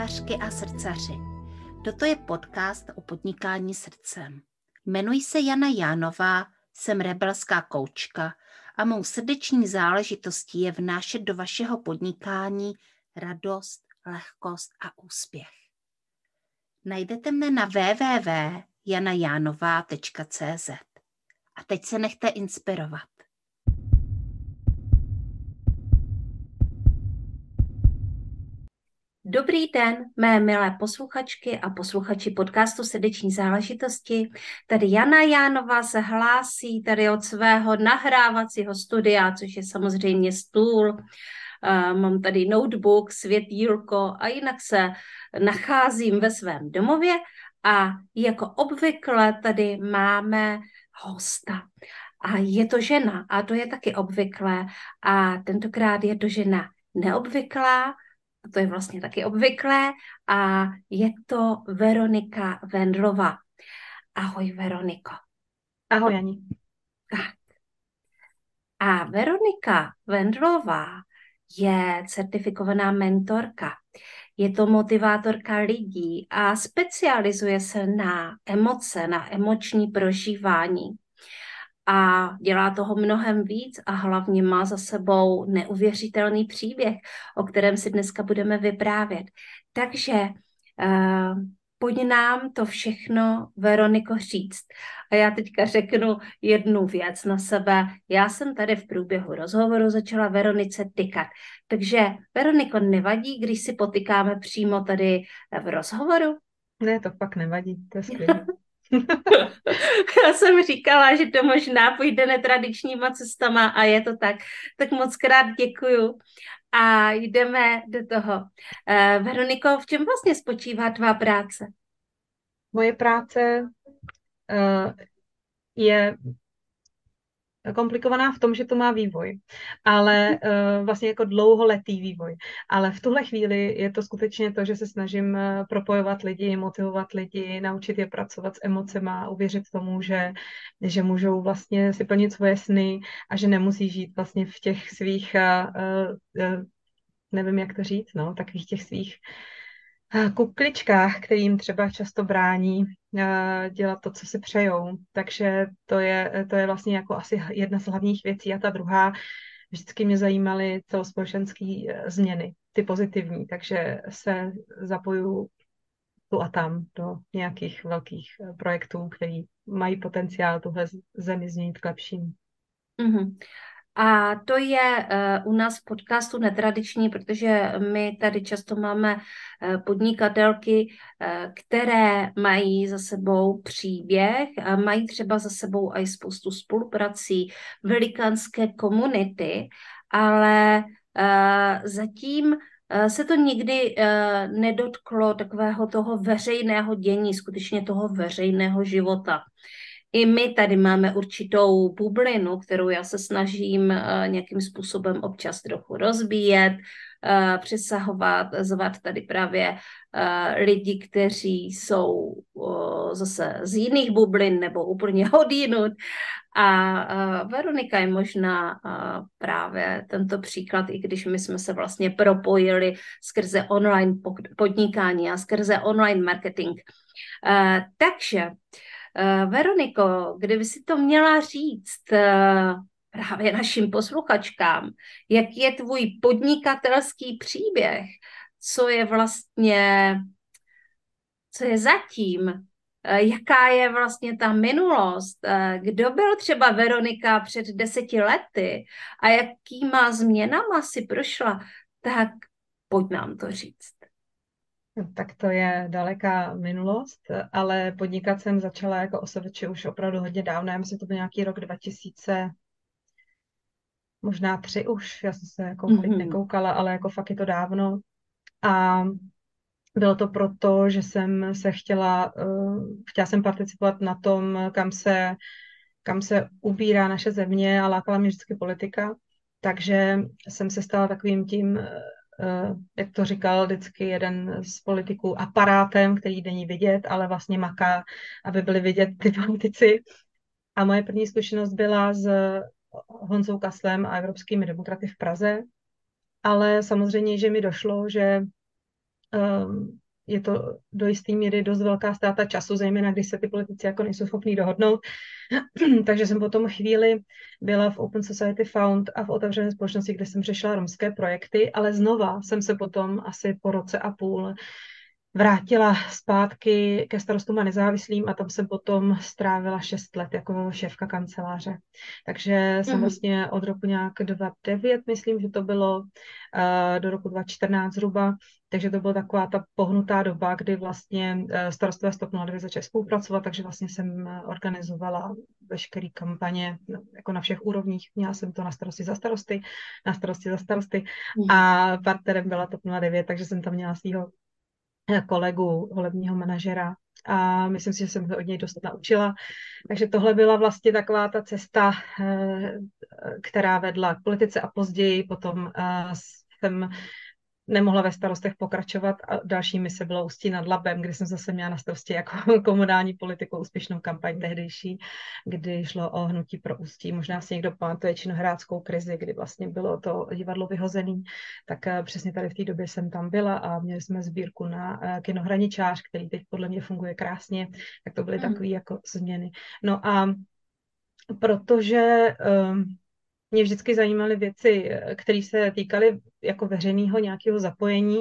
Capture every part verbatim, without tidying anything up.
srdcařky a srdcaři. Toto je podcast o podnikání srdcem. Jmenuji se Jana Jánová, jsem rebelská koučka a mou srdeční záležitostí je vnášet do vašeho podnikání radost, lehkost a úspěch. Najdete mne na w w w tečka jana jánová tečka c z. A teď se nechte inspirovat. Dobrý den, mé milé posluchačky a posluchači podcastu Srdeční záležitosti. Tady Jana Jánová se hlásí tady od svého nahrávacího studia, což je samozřejmě stůl. Uh, mám tady notebook, světýlko a jinak se nacházím ve svém domově a jako obvykle tady máme hosta. A je to žena a to je taky obvyklé a tentokrát je to žena neobvyklá, to je vlastně taky obvyklé a je to Veronika Vendlová. Ahoj, Veroniko. Ahoj, Jani. Tak. A Veronika Vendlová je certifikovaná mentorka. Je to motivátorka lidí a specializuje se na emoce, na emoční prožívání. A dělá toho mnohem víc a hlavně má za sebou neuvěřitelný příběh, o kterém si dneska budeme vyprávět. Takže uh, pojď nám to všechno, Veroniko, říct. A já teďka řeknu jednu věc na sebe. Já jsem tady v průběhu rozhovoru začala Veronice tykat. Takže, Veroniko, nevadí, když si potykáme přímo tady v rozhovoru? Ne, to fakt nevadí, to je skvělé. Já jsem říkala, že to možná půjde netradičníma cestama a je to tak. Tak moc krát děkuju a jdeme do toho. Uh, Veroniko, v čem vlastně spočívá tvá práce? Moje práce uh, je komplikovaná v tom, že to má vývoj, ale uh, vlastně jako dlouholetý vývoj. Ale v tuhle chvíli je to skutečně to, že se snažím uh, propojovat lidi, motivovat lidi, naučit je pracovat s emocema, uvěřit tomu, že, že můžou vlastně si plnit svoje sny a že nemusí žít vlastně v těch svých, uh, uh, nevím, jak to říct, no, takových těch svých kukličkách, kterým třeba často brání dělat to, co si přejou. Takže to je, to je vlastně jako asi jedna z hlavních věcí. A ta druhá, vždycky mě zajímaly celospolečenské změny, ty pozitivní, takže se zapoju tu a tam do nějakých velkých projektů, které mají potenciál tuhle zemi změnit k lepšímu. Mm-hmm. A to je uh, u nás v podcastu netradiční, protože my tady často máme uh, podnikatelky, uh, které mají za sebou příběh a mají třeba za sebou i spoustu spoluprací, velikánské komunity, ale uh, zatím uh, se to nikdy uh, nedotklo takového toho veřejného dění, skutečně toho veřejného života. I my tady máme určitou bublinu, kterou já se snažím uh, nějakým způsobem občas trochu rozbíjet, uh, přesahovat, zvat tady právě uh, lidi, kteří jsou uh, zase z jiných bublin nebo úplně odjinud. A uh, Veronika je možná uh, právě tento příklad, i když my jsme se vlastně propojili skrze online podnikání a skrze online marketing. Uh, takže Uh, Veroniko, kdyby si to měla říct uh, právě našim posluchačkám, jak je tvůj podnikatelský příběh, co je vlastně, co je zatím, uh, jaká je vlastně ta minulost, uh, kdo byl třeba Veronika před deseti lety a jakýma změnama si prošla, tak pojď nám to říct. Tak to je daleká minulost, ale podnikat jsem začala jako osobeče už opravdu hodně dávno. Já myslím, to byl nějaký rok dva tisíce, možná tři už, já jsem se jako mm-hmm. teď nekoukala, ale jako fakt je to dávno. A bylo to proto, že jsem se chtěla, uh, chtěla jsem participovat na tom, kam se, kam se ubírá naše země a lákala mě vždycky politika. Takže jsem se stala takovým tím, jak to říkal vždycky jeden z politiků, aparátem, který není vidět, ale vlastně maká, aby byli vidět ty politici. A moje první zkušenost byla s Honzou Kaslem a Evropskými demokraty v Praze. Ale samozřejmě, že mi došlo, že um, je to do jisté míry dost velká ztráta času, zejména když se ty politici jako nejsou schopní dohodnout. Takže jsem potom chvíli byla v Open Society Fund a v otevřené společnosti, kde jsem řešila romské projekty, ale znova jsem se potom asi po roce a půl vrátila zpátky ke starostům a nezávislým a tam jsem potom strávila šest let jako šéfka kanceláře. Takže jsem Mhm. vlastně od roku nějak dvacet devět, myslím, že to bylo, eh, do roku dva tisíce čtrnáct zhruba, takže to byla taková ta pohnutá doba, kdy vlastně eh, starostové z TOP nula devět začali spolupracovat, takže vlastně jsem eh, organizovala veškeré kampaně no, jako na všech úrovních. Měla jsem to na starosti za starosty, na starosti za starosty a partnerem byla TOP nula devět, takže jsem tam měla svého kolegu, volebního manažera a myslím si, že jsem se od něj dost naučila. Takže tohle byla vlastně taková ta cesta, eh, která vedla k politice a později potom eh, jsem nemohla ve starostech pokračovat a další mise bylo Ústí nad Labem, kde jsem zase měla na starosti jako komunální politiku úspěšnou kampaň tehdejší, kdy šlo o hnutí pro Ústí. Možná si někdo pamatuje činohrádskou krizi, kdy vlastně bylo to divadlo vyhozené, tak eh, přesně tady v té době jsem tam byla a měli jsme sbírku na eh, kino Hraničář, který teď podle mě funguje krásně, tak to byly Mhm. takové jako změny. No a protože um, mě vždycky zajímaly věci, které se týkaly jako veřejného nějakého zapojení,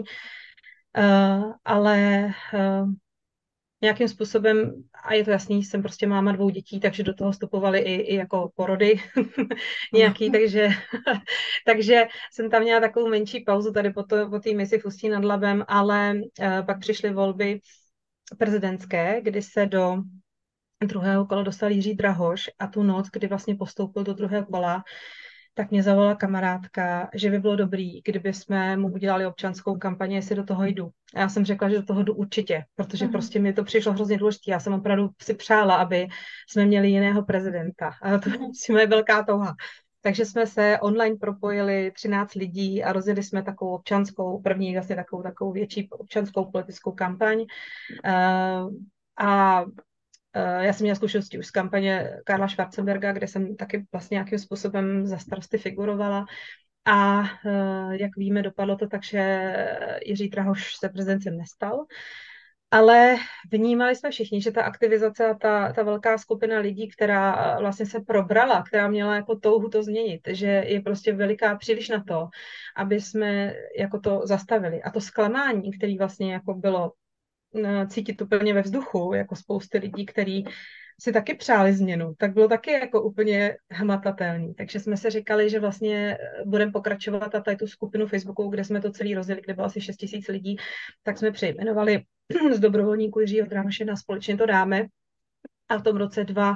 uh, ale uh, nějakým způsobem, a je to jasný, jsem prostě máma dvou dětí, takže do toho vstupovaly i, i jako porody Ano. nějaký, takže, takže jsem tam měla takovou menší pauzu tady po, to, po té misi v Ústí nad Labem, ale uh, pak přišly volby prezidentské, kdy se do druhého kola dostal Jiří Drahoš a tu noc, kdy vlastně postoupil do druhého kola, tak mě zavolala kamarádka, že by bylo dobrý, kdyby jsme mu udělali občanskou kampaň, jestli do toho jdu. A já jsem řekla, že do toho jdu určitě, protože Mhm. prostě mi to přišlo hrozně důležité. Já jsem opravdu si přála, aby jsme měli jiného prezidenta. A to je Mhm. prostě moje velká touha. Takže jsme se online propojili, třináct lidí a rozjeli jsme takovou občanskou, první vlastně takovou, takovou větší občanskou politickou kampaň. Uh, a Uh, já jsem měla zkušenosti už z kampaně Karla Schwarzenberga, kde jsem taky vlastně nějakým způsobem za starosty figurovala. A uh, jak víme, dopadlo to tak, že Jiří Drahoš se prezidentem nestal. Ale vnímali jsme všichni, že ta aktivizace a ta, ta velká skupina lidí, která vlastně se probrala, která měla jako touhu to změnit, že je prostě veliká příliš na to, aby jsme jako to zastavili. A to zklamání, které vlastně jako bylo cítit úplně ve vzduchu, jako spousty lidí, kteří si taky přáli změnu, tak bylo taky jako úplně hmatatelný. Takže jsme se říkali, že vlastně budeme pokračovat a tady tu skupinu Facebooku, kde jsme to celý rozjeli, kde bylo asi šest tisíc lidí, tak jsme přejmenovali z dobrovolníků Jiřího Drahoše na Společně to dáme. A v tom roce dva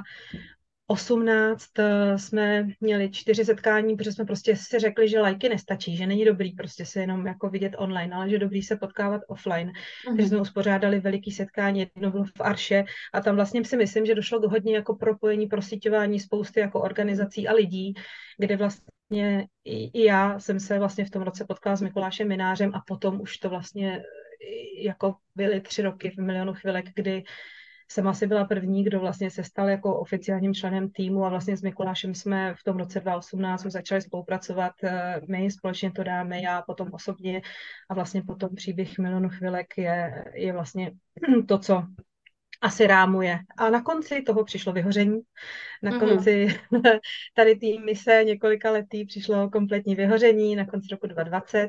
osmnáct eh, jsme měli čtyři setkání, protože jsme prostě si řekli, že lajky nestačí, že není dobrý prostě se jenom jako vidět online, ale že dobrý se potkávat offline. Takže jsme Mhm. uspořádali veliký setkání, jedno bylo v Arše a tam vlastně si myslím, že došlo k hodně jako propojení, prosíťování spousty jako organizací a lidí, kde vlastně i, i já jsem se vlastně v tom roce potkala s Mikulášem Minářem a potom už to vlastně jako byly tři roky v Milionu chvilek, kdy jsem asi byla první, kdo vlastně se stal jako oficiálním členem týmu a vlastně s Mikulášem jsme v tom roce dva tisíce osmnáct jsme začali spolupracovat, my společně to dáme, já potom osobně a vlastně potom příběh Milionu chvilek je, je vlastně to, co asi rámuje. A na konci toho přišlo vyhoření. Na Mhm. konci tady té mise několika letý přišlo kompletní vyhoření na konci roku dva tisíce dvacet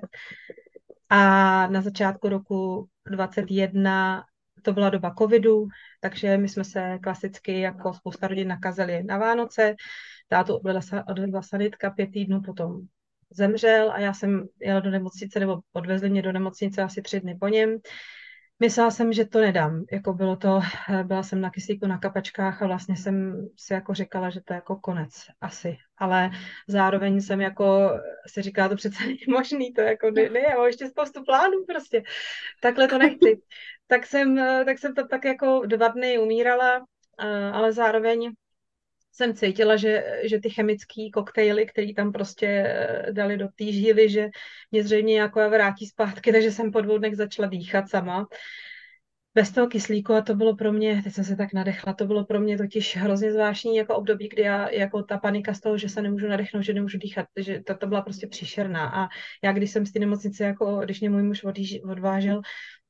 a na začátku roku dvacet jedna to byla doba covidu, takže my jsme se klasicky jako spousta rodin nakazili na Vánoce. Tátu odvedla, odvedla sanitka, pět týdnů potom zemřel a já jsem jela do nemocnice, nebo odvezli mě do nemocnice asi tři dny po něm. Myslela jsem, že to nedám. Jako bylo to, byla jsem na kyslíku na kapačkách a vlastně jsem si jako říkala, že to je jako konec asi. Ale zároveň jsem jako si říkala, to přece není možný, to jako ne, ne, já mám ještě spoustu plánů prostě. Takhle to nechci. Tak jsem, tak jsem to tak jako dva dny umírala, ale zároveň jsem cítila, že, že ty chemické koktejly, které tam prostě dali do té žíly, že mě zřejmě jako vrátí zpátky, takže jsem po dvou dnech začala dýchat sama bez toho kyslíku a to bylo pro mě, teď jsem se tak nadechla, to bylo pro mě totiž hrozně zvláštní jako období, kdy já, jako ta panika z toho, že se nemůžu nadechnout, že nemůžu dýchat, že to, to byla prostě příšerná a já, když jsem z té nemocnice, jako když mě můj muž odjíž, odvážel,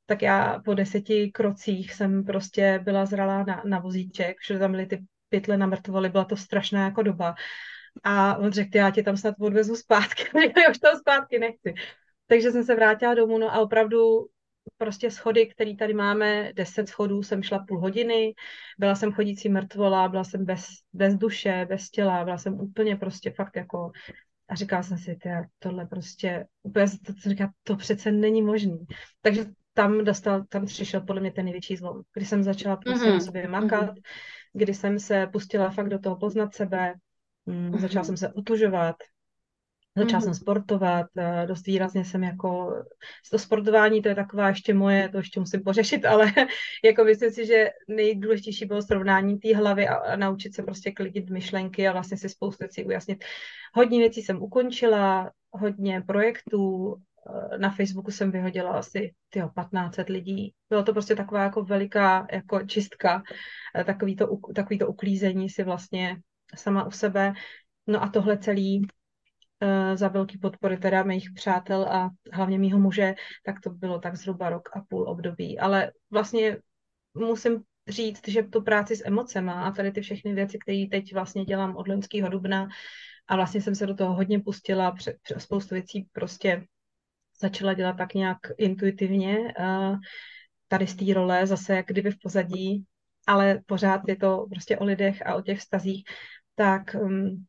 tak já po deseti krocích jsem prostě byla zralá na, na vozíček, všude tam byly ty pytle na mrtvoly, byla to strašná jako doba. A on řekl, já tě tam snad odvezu zpátky, já už tam zpátky nechci. Takže jsem se vrátila domů, no a opravdu prostě schody, které tady máme, deset schodů, jsem šla půl hodiny, byla jsem chodící mrtvola, byla jsem bez, bez duše, bez těla, byla jsem úplně prostě fakt jako, a říkala jsem si, tyja, tohle prostě, úplně to, co říká, to přece není možný. Takže tam dostal, tam přišel podle mě ten největší zlom, kdy jsem začala prostě na Mhm, sobě makat, mhm, kdy jsem se pustila fakt do toho poznat sebe, mm, začala jsem mhm, se otužovat, začala jsem mhm, sportovat, eh, dost výrazně jsem jako, to sportování, to je taková ještě moje, to ještě musím pořešit, ale jako myslím si, že nejdůležitější bylo srovnání té hlavy a, a naučit se prostě klidit myšlenky a vlastně si spoustu věcí ujasnit. Hodně věcí jsem ukončila, hodně projektů, eh, na Facebooku jsem vyhodila asi tyjo, patnáct set lidí. Bylo to prostě taková jako veliká jako čistka, eh, takový to, u- takový to uklízení si vlastně sama u sebe. No a tohle celý eh, za velký podpory teda mých přátel a hlavně mýho muže, tak to bylo tak zhruba rok a půl období. Ale vlastně musím říct, že tu práci s emocema a tady ty všechny věci, které teď vlastně dělám od loňského dubna a vlastně jsem se do toho hodně pustila, pře- pře- spoustu věcí prostě začala dělat tak nějak intuitivně, eh, tady z té role zase jak kdyby v pozadí, ale pořád je to prostě o lidech a o těch vztazích, tak um,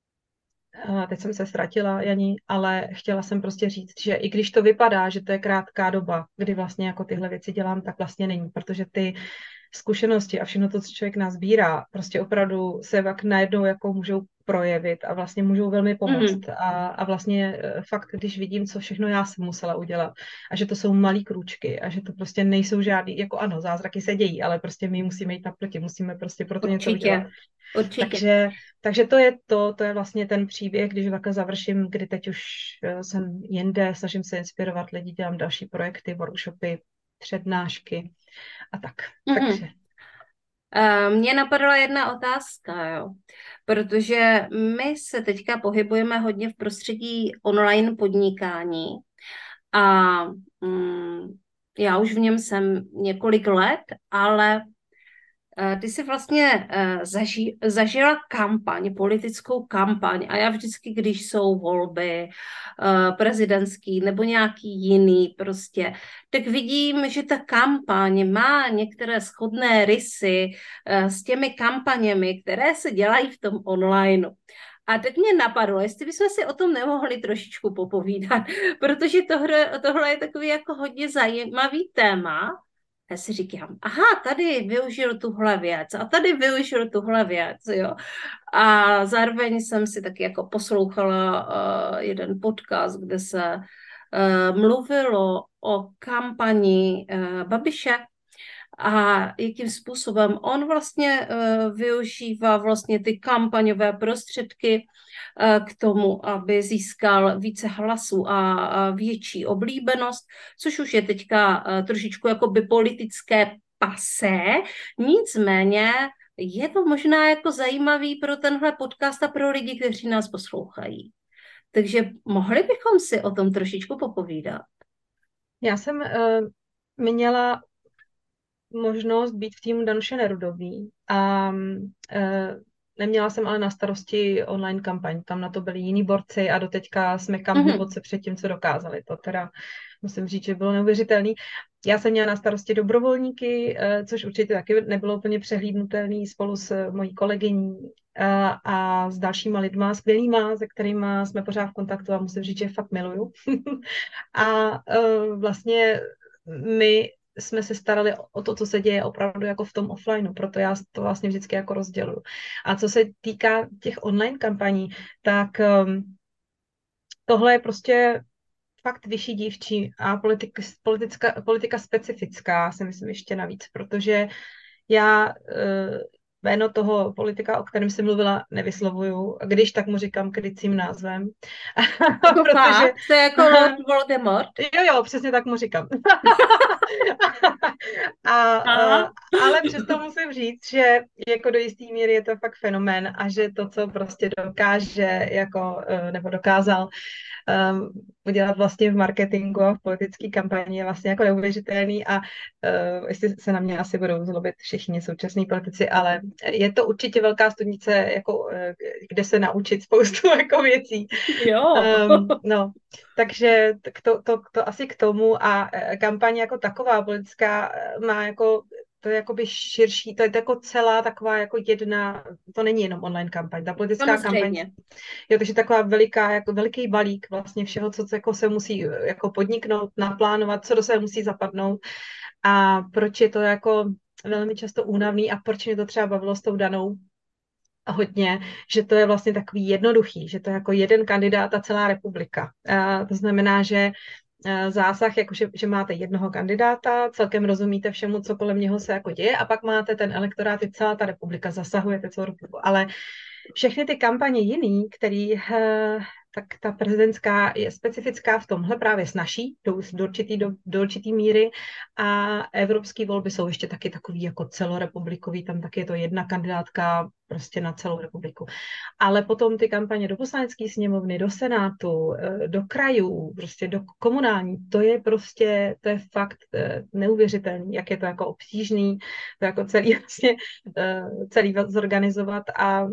a teď jsem se ztratila, Janí, ale chtěla jsem prostě říct, že i když to vypadá, že to je krátká doba, kdy vlastně jako tyhle věci dělám, tak vlastně není, protože ty zkušenosti a všechno to, co člověk nazbírá, prostě opravdu se pak najednou jako můžou projevit a vlastně můžou velmi pomoct. mhm. A, a vlastně eh, fakt, když vidím, co všechno já jsem musela udělat a že to jsou malý krůčky a že to prostě nejsou žádný, jako ano, zázraky se dějí, ale prostě my musíme jít naproti, musíme prostě pro to něco udělat. Určitě, určitě. Takže, takže to je to, to je vlastně ten příběh, když ho takhle završím, kdy teď už eh, jsem jinde, snažím se inspirovat lidi, dělám další projekty, workshopy, přednášky a tak. Mhm. Takže Eh, Mně napadla jedna otázka, jo. Protože my se teďka pohybujeme hodně v prostředí online podnikání a mm, já už v něm jsem několik let, ale Eh, ty jsi vlastně eh, zaži, zažila kampaň, politickou kampaň a já vždycky, když jsou volby eh, prezidentský nebo nějaký jiný prostě, tak vidím, že ta kampaň má některé shodné rysy eh, s těmi kampaněmi, které se dělají v tom online. A teď mě napadlo, jestli bychom si o tom nemohli trošičku popovídat, protože tohle, tohle je takový jako hodně zajímavý téma. Já si říkám, aha, tady využil tuhle věc a tady využil tuhle věc, jo. A zároveň jsem si taky jako poslouchala uh, jeden podcast, kde se uh, mluvilo o kampani uh, Babiše a jakým způsobem on vlastně uh, využívá vlastně ty kampaňové prostředky uh, k tomu, aby získal více hlasů a, a větší oblíbenost, což už je teďka uh, trošičku jakoby politické pasé, nicméně je to možná jako zajímavý pro tenhle podcast a pro lidi, kteří nás poslouchají. Takže mohli bychom si o tom trošičku popovídat. já jsem uh, měla možnost být v týmu Danuše Nerudový a uh, neměla jsem ale na starosti online kampaň. Tam na to byli jiní borci a doteďka jsme kam Mhm. hluboce se před tím, co dokázali. To teda musím říct, že bylo neuvěřitelný. Já jsem měla na starosti dobrovolníky, eh, což určitě taky nebylo úplně přehlídnutelný spolu s mojí kolegyní eh, a s dalšíma lidma, skvělýma, se kterými jsme pořád v kontaktu a musím říct, že fakt miluju. A eh, vlastně my jsme se starali o to, co se děje opravdu jako v tom offlineu, proto já to vlastně vždycky jako rozděluju. A co se týká těch online kampaní, tak um, tohle je prostě fakt vyšší dívčí a politik, politická, politika specifická, si myslím ještě navíc, protože já uh, jméno toho politika, o kterém jsem mluvila, nevyslovuju, když tak mu říkám krycím názvem, Jako protože fakt, to je jako Lord Voldemort. jo, jo, přesně tak mu říkám. a, Aha. uh, ale přesto musím říct, že jako do jistý míry je to fakt fenomén a že to, co prostě dokáže, jako, uh, nebo dokázal um, udělat vlastně v marketingu a v politické kampani je vlastně jako neuvěřitelný a uh, jestli se na mě asi budou zlobit všichni současní politici, ale je to určitě velká studnice, jako, uh, kde se naučit spoustu jako věcí. Jo. Um, no, takže tak to, to, to asi k tomu a eh, kampaň jako taková politická eh, má jako to je jakoby širší, to je jako celá taková jako jedna, to není jenom online kampaň, ta politická kampaň, Samozřejmě. jo, takže taková veliká, jako veliký balík vlastně všeho, co jako se musí eh, jako podniknout, naplánovat, co do sebe musí zapadnout a proč je to jako velmi často únavný a proč mě to třeba bavilo s tou danou a hodně, že to je vlastně takový jednoduchý, že to je jako jeden kandidát a celá republika. A to znamená, že eh, zásah, jako že, že máte jednoho kandidáta, celkem rozumíte všemu, co kolem něho se jako děje a pak máte ten elektorát, je celá ta republika, zasahujete celou republiku. Ale všechny ty kampaně jiný, který, eh, tak ta prezidentská je specifická v tomhle právě snaží do, do, určitý, do, do určitý míry a evropské volby jsou ještě taky takový jako celorepublikový, tam taky je to jedna kandidátka prostě na celou republiku. Ale potom ty kampaně do poslanecké sněmovny, do senátu, eh, do krajů, prostě do komunální, to je prostě, to je fakt eh, neuvěřitelný, jak je to jako obtížný, to jako celý vlastně eh, celý zorganizovat a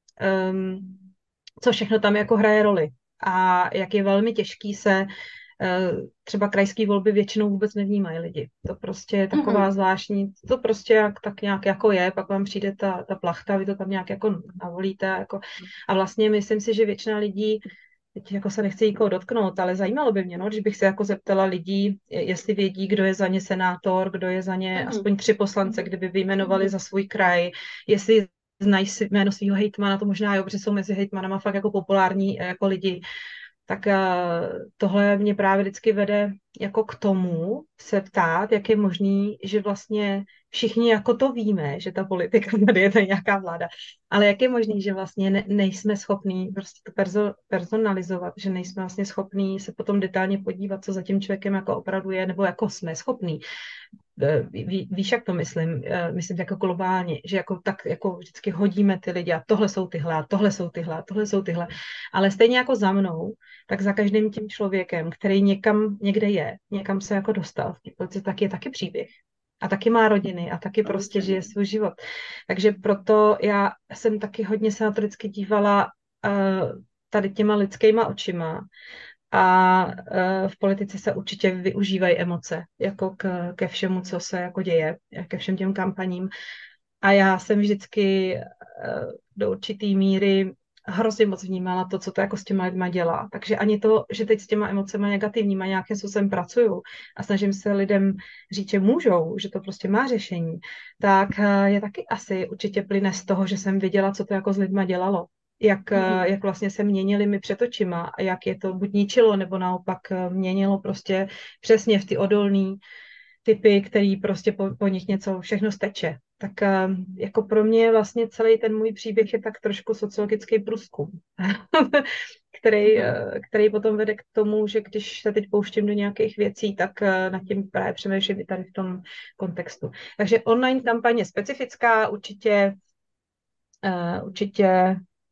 um, co všechno tam jako hraje roli a jak je velmi těžký se uh, třeba krajské volby většinou vůbec nevnímají lidi. To prostě je taková Mhm. zvláštní, to prostě jak, tak nějak jako je, pak vám přijde ta, ta plachta, vy to tam nějak jako navolíte jako, a vlastně myslím si, že většina lidí teď jako se nechci nikoho dotknout, ale zajímalo by mě, no, když bych se jako zeptala lidí, jestli vědí, kdo je za ně senátor, kdo je za ně Mhm. aspoň tři poslance, kdyby vyjmenovali Mhm. za svůj kraj, jestli znají si jméno svého hejtmana, to možná jo, protože jsou mezi hejtmanama fakt jako populární eh, jako lidi, tak uh, tohle mě právě vždycky vede jako k tomu se ptát, jak je možný, že vlastně všichni jako to víme, že ta politika tady je to nějaká vláda, ale jak je možný, že vlastně ne, nejsme schopní prostě to perso, personalizovat, že nejsme vlastně schopní se potom detailně podívat, co za tím člověkem jako opravdu je, nebo jako jsme schopní. Ví, víš, jak to myslím? Myslím jako globálně, že jako tak jako vždycky hodíme ty lidi a tohle jsou tyhle, a tohle jsou tyhle, a tohle jsou tyhle. Ale stejně jako za mnou, tak za každým tím člověkem, který někam někde je, někam se jako dostal v té politice, tak je taky příběh. A taky má rodiny a taky prostě žije Samozřejmě. svůj život. Takže proto já jsem taky hodně se na to vždycky dívala uh, tady těma lidskýma očima a uh, v politice se určitě využívají emoce, jako k, ke všemu, co se jako děje, ke všem těm kampaním. A já jsem vždycky uh, do určitý míry hrozně moc vnímala to, co to jako s těma lidma dělá. Takže ani to, že teď s těma emocemi negativníma nějakým způsobem pracuju a snažím se lidem říct, že můžou, že to prostě má řešení, tak uh, je taky asi určitě plyne z toho, že jsem viděla, co to jako s lidma dělalo. Jak, Mhm. jak vlastně se měnily mi před očima a jak je to buď ničilo, nebo naopak měnilo prostě přesně v ty odolný typy, který prostě po, po nich něco všechno steče. Tak jako pro mě vlastně celý ten můj příběh je tak trošku sociologický průzkum, který, Mhm. který potom vede k tomu, že když se teď pouštím do nějakých věcí, tak nad tím právě přemýšlím i tady v tom kontextu. Takže online kampaně specifická, určitě, určitě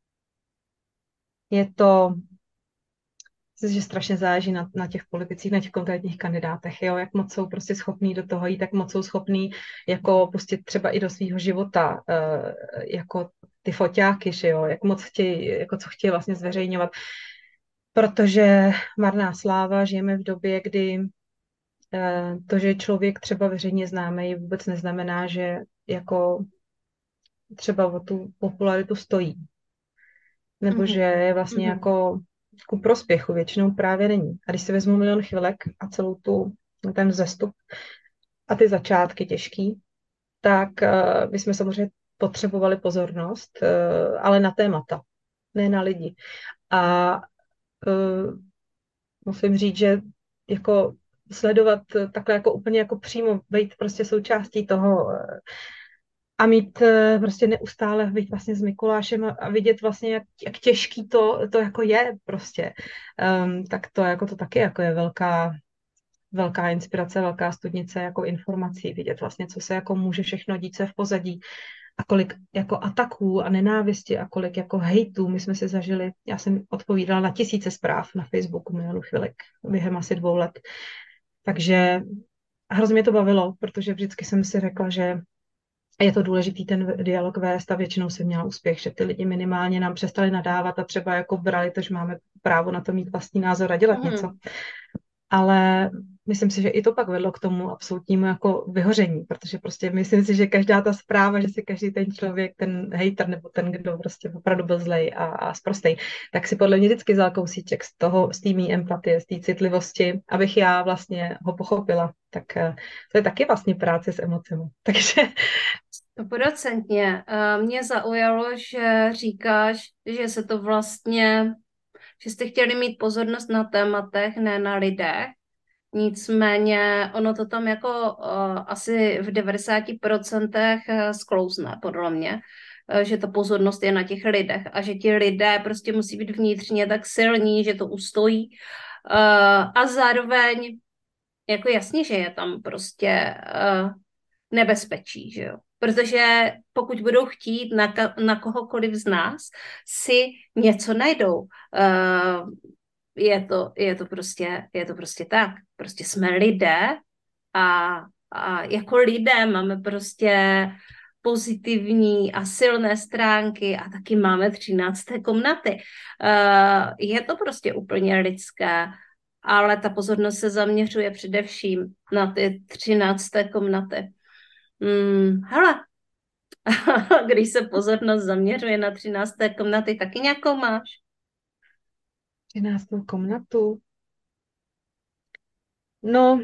je to, myslím, že strašně záleží na, na těch politicích, na těch konkrétních kandidátech, jo, jak moc jsou prostě schopní do toho jít, tak moc jsou schopní jako pustit třeba i do svého života, uh, jako ty foťáky, že jo, jak moc chtějí, jako co chtějí vlastně zveřejňovat, protože marná sláva, žijeme v době, kdy uh, to, že člověk třeba veřejně známý, vůbec neznamená, že jako třeba o tu popularitu stojí. Nebo že Mhm. je vlastně Mhm. jako ku prospěchu, většinou právě není. A když si vezmu Milion chvilek a celou tu, ten vzestup a ty začátky těžký, tak uh, bychom samozřejmě potřebovali pozornost, uh, ale na témata, ne na lidi. A uh, musím říct, že jako sledovat takhle jako úplně jako přímo, být prostě součástí toho a mít uh, prostě neustále být vlastně s Mikulášem a, a vidět vlastně, jak, jak těžký to, to jako je prostě. Um, tak to jako to taky jako je velká, velká inspirace, velká studnice jako informací, vidět vlastně, co se jako může všechno dít se v pozadí a kolik jako ataků a nenávisti a kolik jako hejtů my jsme si zažili. Já jsem odpovídala na tisíce zpráv na Facebooku Milionu chvilek během asi dvou let. Takže hrozně mě to bavilo, protože vždycky jsem si řekla, že je to důležitý ten dialog vést a většinou jsem měla úspěch, že ty lidi minimálně nám přestali nadávat a třeba jako brali to, že máme právo na to mít vlastní názor a dělat něco. Mhm. Ale myslím si, že i to pak vedlo k tomu absolutnímu jako vyhoření, protože prostě myslím si, že každá ta zpráva, že si každý ten člověk, ten hejter nebo ten, kdo prostě opravdu byl zlej a, a sprostej, tak si podle mě vždycky vzal kousíček z toho, z té mý empatie, z té citlivosti, abych já vlastně ho pochopila. Tak eh, to je taky vlastně práce s emocemi. Takže Stoprocentně. Eh, Mě zaujalo, že říkáš, že se to vlastně, že jste chtěli mít pozornost na tématech, ne na lidech. Nicméně ono to tam jako uh, asi v devadesáti procentech sklouzne, podle mě, uh, že ta pozornost je na těch lidech a že ti lidé prostě musí být vnitřně tak silní, že to ustojí. Uh, a zároveň, jako jasně, že je tam prostě uh, nebezpečí, že jo. Protože pokud budou chtít na, ka- na kohokoliv z nás, si něco najdou. Uh, je to, je to prostě, je to prostě tak. Prostě jsme lidé a, a jako lidé máme prostě pozitivní a silné stránky a taky máme třinácté komnaty. Uh, je to prostě úplně lidské, ale ta pozornost se zaměřuje především na ty třinácté komnaty. Hmm, hele, když se pozornost zaměřuje na třinácté komnaty, taky nějakou máš? třináctou komnatu. No,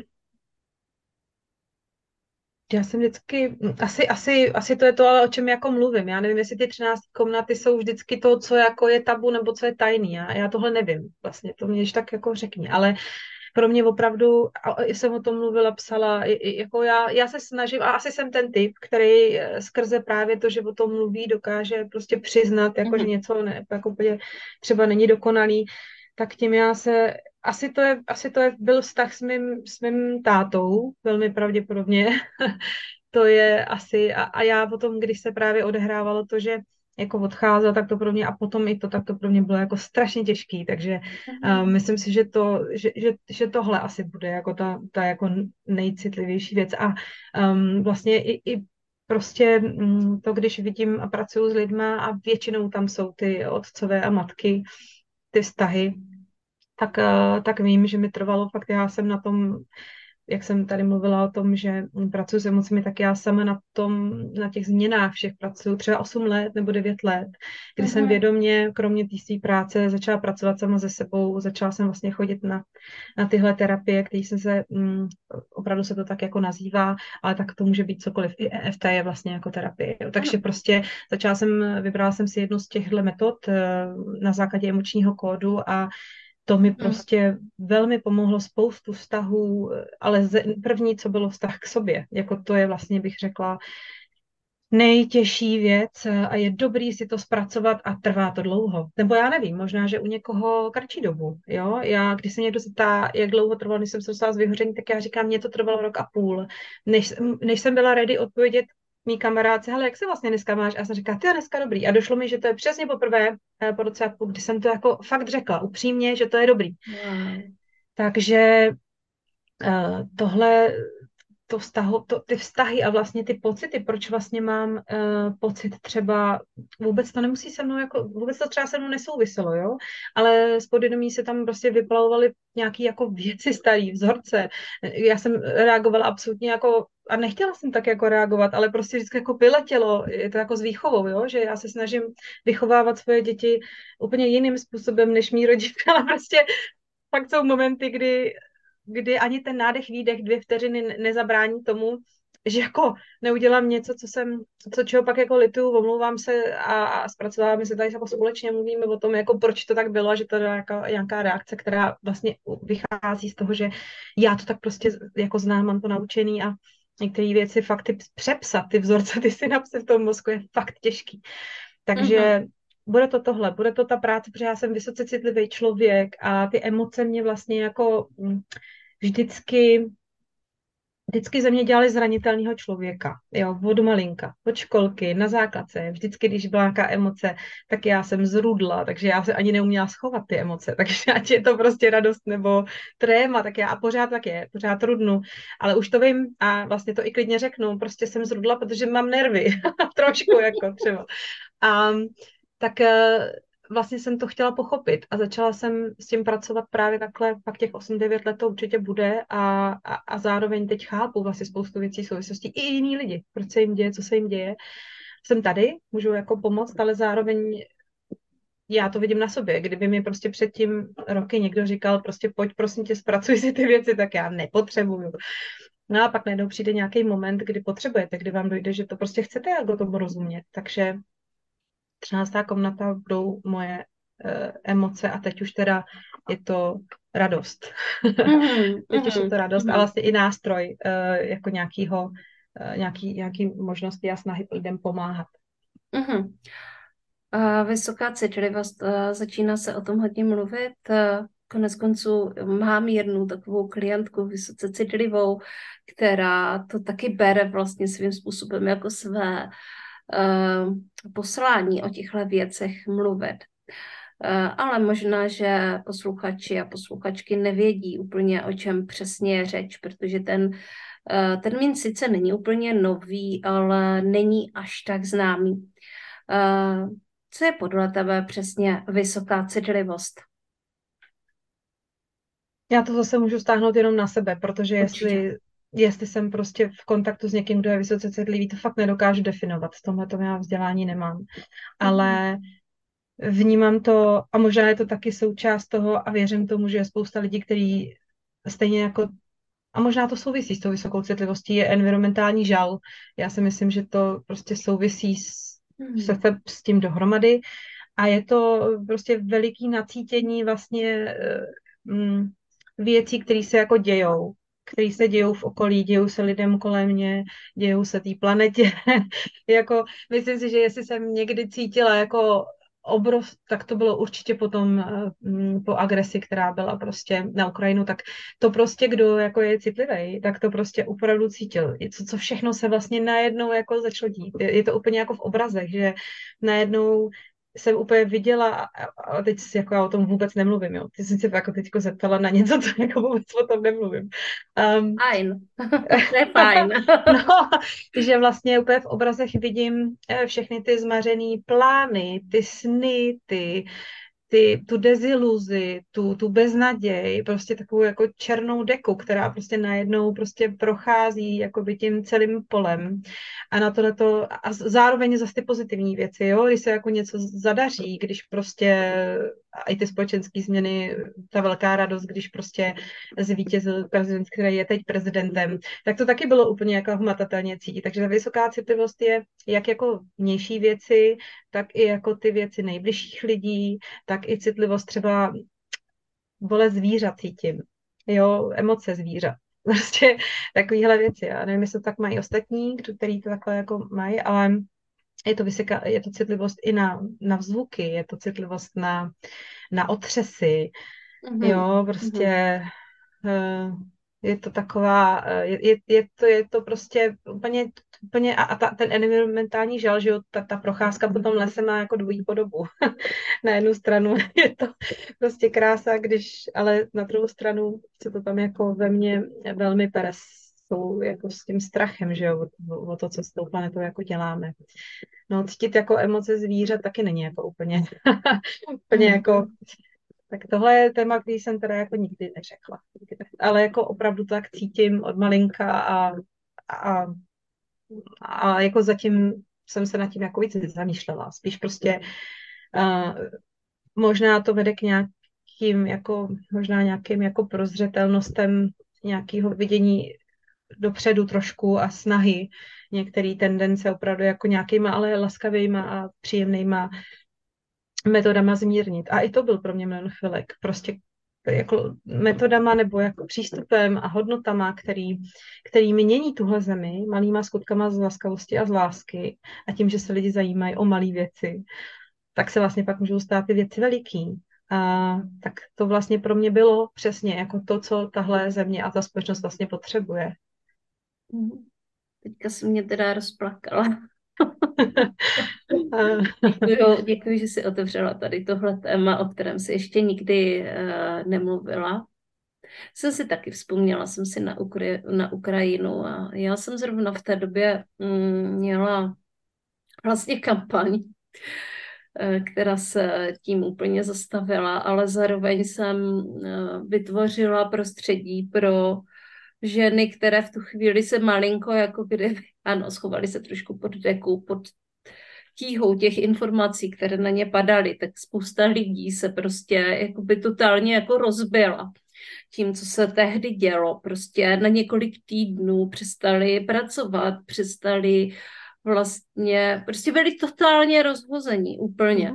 já jsem vždycky, asi, asi, asi to je to, ale o čem jako mluvím. Já nevím, jestli ty třináct komnaty jsou vždycky to, co jako je tabu, nebo co je tajný. Já, já tohle nevím. Vlastně to mě ještě tak jako řekni. Ale pro mě opravdu, a jsem o tom mluvila, psala, i- i jako já, já se snažím, a asi jsem ten typ, který eh, skrze právě to, že o tom mluví, dokáže prostě přiznat, jako že Mhm. něco ne, jako úplně třeba není dokonalý, tak tím já se, asi to je, asi to je, byl vztah s mým, s mým tátou, velmi pravděpodobně. To je asi, a, a já potom, když se právě odehrávalo to, že jako odcházel, tak to pro mě, a potom i to, tak to pro mě bylo jako strašně těžký, takže uh, Mhm. myslím si, že, to, že, že, že tohle asi bude jako ta, ta jako nejcitlivější věc a um, vlastně i, i prostě mm, to, když vidím a pracuji s lidma a většinou tam jsou ty otcové a matky, ty vztahy, tak, uh, tak vím, že mi trvalo fakt, já jsem na tom, jak jsem tady mluvila o tom, že pracuji s emocemi, tak já sama na tom, na těch změnách všech pracuji třeba osm let nebo devět let, kdy jsem Mhm. vědomě, kromě té své práce, začala pracovat sama se sebou, začala jsem vlastně chodit na, na tyhle terapie, které jsem se, mm, opravdu se to tak jako nazývá, ale tak to může být cokoliv. I E F T je vlastně jako terapie. Jo. Ano. Takže prostě začala jsem, vybrala jsem si jednu z těchto metod eh, na základě emočního kódu a to mi Mhm. prostě velmi pomohlo spoustu vztahů, ale ze- první, co bylo vztah k sobě, jako to je vlastně, bych řekla, nejtěžší věc a je dobrý si to zpracovat a trvá to dlouho. Nebo já nevím, možná, že u někoho kratší dobu, jo. Já, když se někdo zeptá, jak dlouho trvalo, než jsem se dostala z vyhoření, tak já říkám, mně to trvalo rok a půl, než, než jsem byla ready odpovědět mý kamarádce, hele, jak se vlastně dneska máš? A já jsem říkala, ty dneska dobrý. A došlo mi, že to je přesně poprvé eh, po roce a půl, kdy jsem to jako fakt řekla upřímně, že to je dobrý. Wow. Takže eh, tohle, to vztahu, to, ty vztahy a vlastně ty pocity, proč vlastně mám uh, pocit třeba, vůbec to nemusí se mnou, jako, vůbec to třeba se mnou nesouviselo, jo, ale z podvědomí se tam prostě vyplavovaly nějaké jako věci staré, vzorce. Já jsem reagovala absolutně jako, a nechtěla jsem tak jako reagovat, ale prostě vždycky jako vyletělo, je to jako s výchovou, jo, že já se snažím vychovávat svoje děti úplně jiným způsobem, než mý rodiče, ale prostě fakt jsou momenty, kdy kdy ani ten nádech, výdech, dvě vteřiny ne- nezabrání tomu, že jako neudělám něco, co jsem, co čeho pak jako lituju, omlouvám se a, a zpracováváme se tady jako společně, mluvíme o tom, jako proč to tak bylo a že to je nějaká, nějaká reakce, která vlastně vychází z toho, že já to tak prostě jako znám, mám to naučený a některé věci fakt ty přepsat, ty vzorce, ty synapse v tom mozku je fakt těžký. Mhm. Takže bude to tohle, bude to ta práce, protože já jsem vysoce citlivý člověk a ty emoce mě vlastně jako mm, vždycky vždycky ze mě dělali zranitelného člověka, jo, od malinka, od školky, na základce, vždycky, když byla nějaká emoce, tak já jsem zrudla, takže já se ani neuměla schovat ty emoce, takže ať je to prostě radost nebo tréma, tak já a pořád tak je, pořád rudnu, ale už to vím a vlastně to i klidně řeknu, prostě jsem zrudla, protože mám nervy, trošku jako třeba. A tak eh, vlastně jsem to chtěla pochopit a začala jsem s tím pracovat právě takhle, pak těch osm devět let to určitě bude a, a, a zároveň teď chápu vlastně spoustu věcí, souvislostí i jiný lidi, proč se jim děje, co se jim děje. Jsem tady, můžu jako pomoct, ale zároveň já to vidím na sobě. Kdyby mi prostě před tím roky někdo říkal, prostě pojď prosím tě, zpracuj si ty věci, tak já nepotřebuju. No a pak najednou přijde nějaký moment, kdy potřebujete, kdy vám dojde, že to prostě chcete jako tomu rozumět. Takže třináctá komnata budou moje uh, emoce a teď už teda je to radost. Mhm, Teď už je mhm, to radost a mhm, vlastně i nástroj uh, jako nějakýho, uh, nějaký, nějaký možnosti a snahy lidem pomáhat. mhm. A vysoká citlivost, a začíná se o tom hodně mluvit. A konec konců mám jednu takovou klientku vysoce citlivou, která to taky bere vlastně svým způsobem jako své uh, poslání o těchto věcech mluvit. Uh, ale možná, že posluchači a posluchačky nevědí úplně, o čem přesně je řeč, protože ten uh, termín sice není úplně nový, ale není až tak známý. Uh, co je podle tebe přesně vysoká citlivost? Já to zase můžu stáhnout jenom na sebe, protože Určitě. jestli, jestli jsem prostě v kontaktu s někým, kdo je vysoce citlivý, to fakt nedokážu definovat. V tomhle tom já vzdělání nemám. Mhm. Ale vnímám to, a možná je to taky součást toho, a věřím tomu, že je spousta lidí, kteří stejně jako, a možná to souvisí s tou vysokou citlivostí, je environmentální žal. Já si myslím, že to prostě souvisí s, se, Mhm. s tím dohromady a je to prostě veliký nacítění vlastně eh, mm, věcí, které se jako dějou, které se dějou v okolí, dějou se lidem kolem mě, dějou se té planetě. Jako, myslím si, že jestli jsem někdy cítila jako obrov, tak to bylo určitě potom eh, mm, po agresi, která byla prostě na Ukrajinu, tak to prostě, kdo jako je citlivý, tak to prostě opravdu cítil. Je to, co všechno se vlastně najednou jako začalo dít. Je, je to úplně jako v obrazech, že najednou jsem úplně viděla a, a teď si jako já o tom vůbec nemluvím, jo. Ty jsi se jako teď zeptala na něco, co jako vůbec o tom nemluvím. Um, Fajn. To je fajn. no, že vlastně úplně v obrazech vidím eh, všechny ty zmařené plány, ty sny, ty ty, tu deziluzi, tu, tu beznaděj, prostě takovou jako černou deku, která prostě najednou prostě prochází jakoby tím celým polem. A na tohleto, a zároveň zase ty pozitivní věci, jo, když se jako něco zadaří, když prostě a i ty společenské změny, ta velká radost, když prostě zvítězil prezident, který je teď prezidentem, tak to taky bylo úplně jako hmatatelně cítit. Takže ta vysoká citlivost je jak jako vnější věci, tak i jako ty věci nejbližších lidí, tak i citlivost třeba vole zvířat cítím, jo, emoce zvířat. Prostě takovéhle věci. Já nevím, jestli to tak mají ostatní, kteří to takhle jako mají, ale je to, vysoká, je to citlivost i na, na zvuky, je to citlivost na, na otřesy, Mhm. jo, Mhm. prostě Eh, je to taková, eh, je, je, je to, je to prostě úplně, úplně a, a ta, ten environmentální žal, že jo, ta, ta procházka po tom lese má jako dvojí podobu. Na jednu stranu je to prostě krása, když, ale na druhou stranu se to tam jako ve mně velmi pere s tou, jako s tím strachem, že jo, o, o to, co s tou planetou jako děláme. No, cítit jako emoce zvířat taky není jako úplně, úplně jako Mhm. tak tohle je téma, který jsem teda jako nikdy neřekla. Ale jako opravdu tak cítím od malinka a, a, a jako zatím jsem se nad tím jako víc zamýšlela. Spíš prostě uh, možná to vede k nějakým jako, možná nějakým jako prozřetelnostem nějakého vidění dopředu trošku a snahy některé tendence opravdu jako nějakýma, ale laskavýma a příjemnýma metodama zmírnit. A i to byl pro mě Menchvilek. Prostě jako metodama nebo jako přístupem a hodnotama, který, který mění tuhle zemi malýma skutkama z laskavosti a z lásky a tím, že se lidi zajímají o malé věci, tak se vlastně pak můžou stát ty věci veliký. A tak to vlastně pro mě bylo přesně jako to, co tahle země a ta společnost vlastně potřebuje. Mhm. Teďka se mě teda rozplakala. Děkuju, děkuju, že jsi otevřela tady tohle téma, o kterém si ještě nikdy uh, nemluvila. Jsem si taky vzpomněla, jsem si na, Ukry, na Ukrajinu a já jsem zrovna v té době mm, měla vlastně kampaň, eh, která se tím úplně zastavila, ale zároveň jsem eh, vytvořila prostředí pro ženy, které v tu chvíli se malinko, jako kdyby, ano, schovaly se trošku pod deku, pod tíhou těch informací, které na ně padaly, tak spousta lidí se prostě jakoby totálně jako rozbila tím, co se tehdy dělo. Prostě na několik týdnů přestali pracovat, přestali vlastně, prostě byli totálně rozhození úplně. Mhm.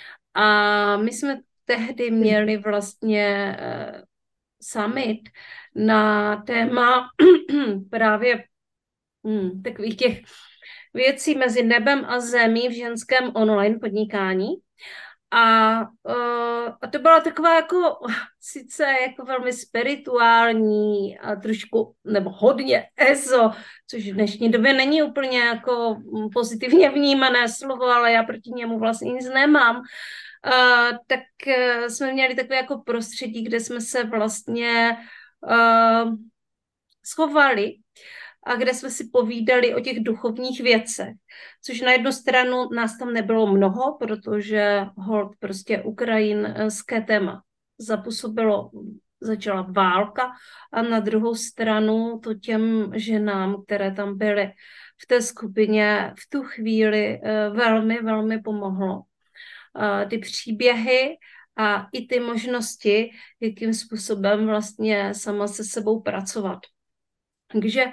A my jsme tehdy měli vlastně uh, summit na téma právě hmm, takových těch věcí mezi nebem a zemí v ženském online podnikání. A, uh, a to byla taková jako sice jako velmi spirituální a trošku, nebo hodně ezo, což v dnešní době není úplně jako pozitivně vnímané slovo, ale já proti němu vlastně nic nemám. Uh, tak uh, jsme měli takové jako prostředí, kde jsme se vlastně uh, schovali a kde jsme si povídali o těch duchovních věcech, což na jednu stranu nás tam nebylo mnoho, protože hold prostě ukrajinské téma zapůsobilo, začala válka a na druhou stranu to těm ženám, které tam byly v té skupině, v tu chvíli velmi, velmi pomohlo. Ty příběhy a i ty možnosti, jakým způsobem vlastně sama se sebou pracovat. Takže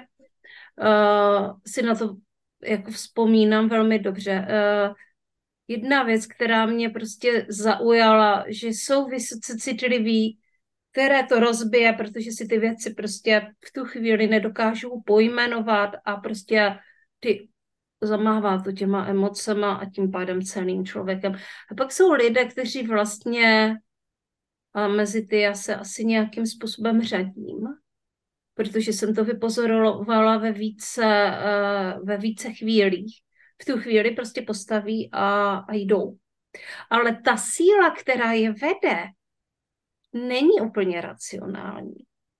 Uh, si na to jako vzpomínám velmi dobře. Uh, jedna věc, která mě prostě zaujala, že jsou vysoce citliví, které to rozbije, protože si ty věci prostě v tu chvíli nedokážou pojmenovat a prostě ty zamává to těma emocema a tím pádem celým člověkem. A pak jsou lidé, kteří vlastně a mezi ty já se asi nějakým způsobem řadím, protože jsem to vypozorovala ve více, uh, ve více chvílích. V tu chvíli prostě postaví a, a jdou. Ale ta síla, která je vede, není úplně racionální.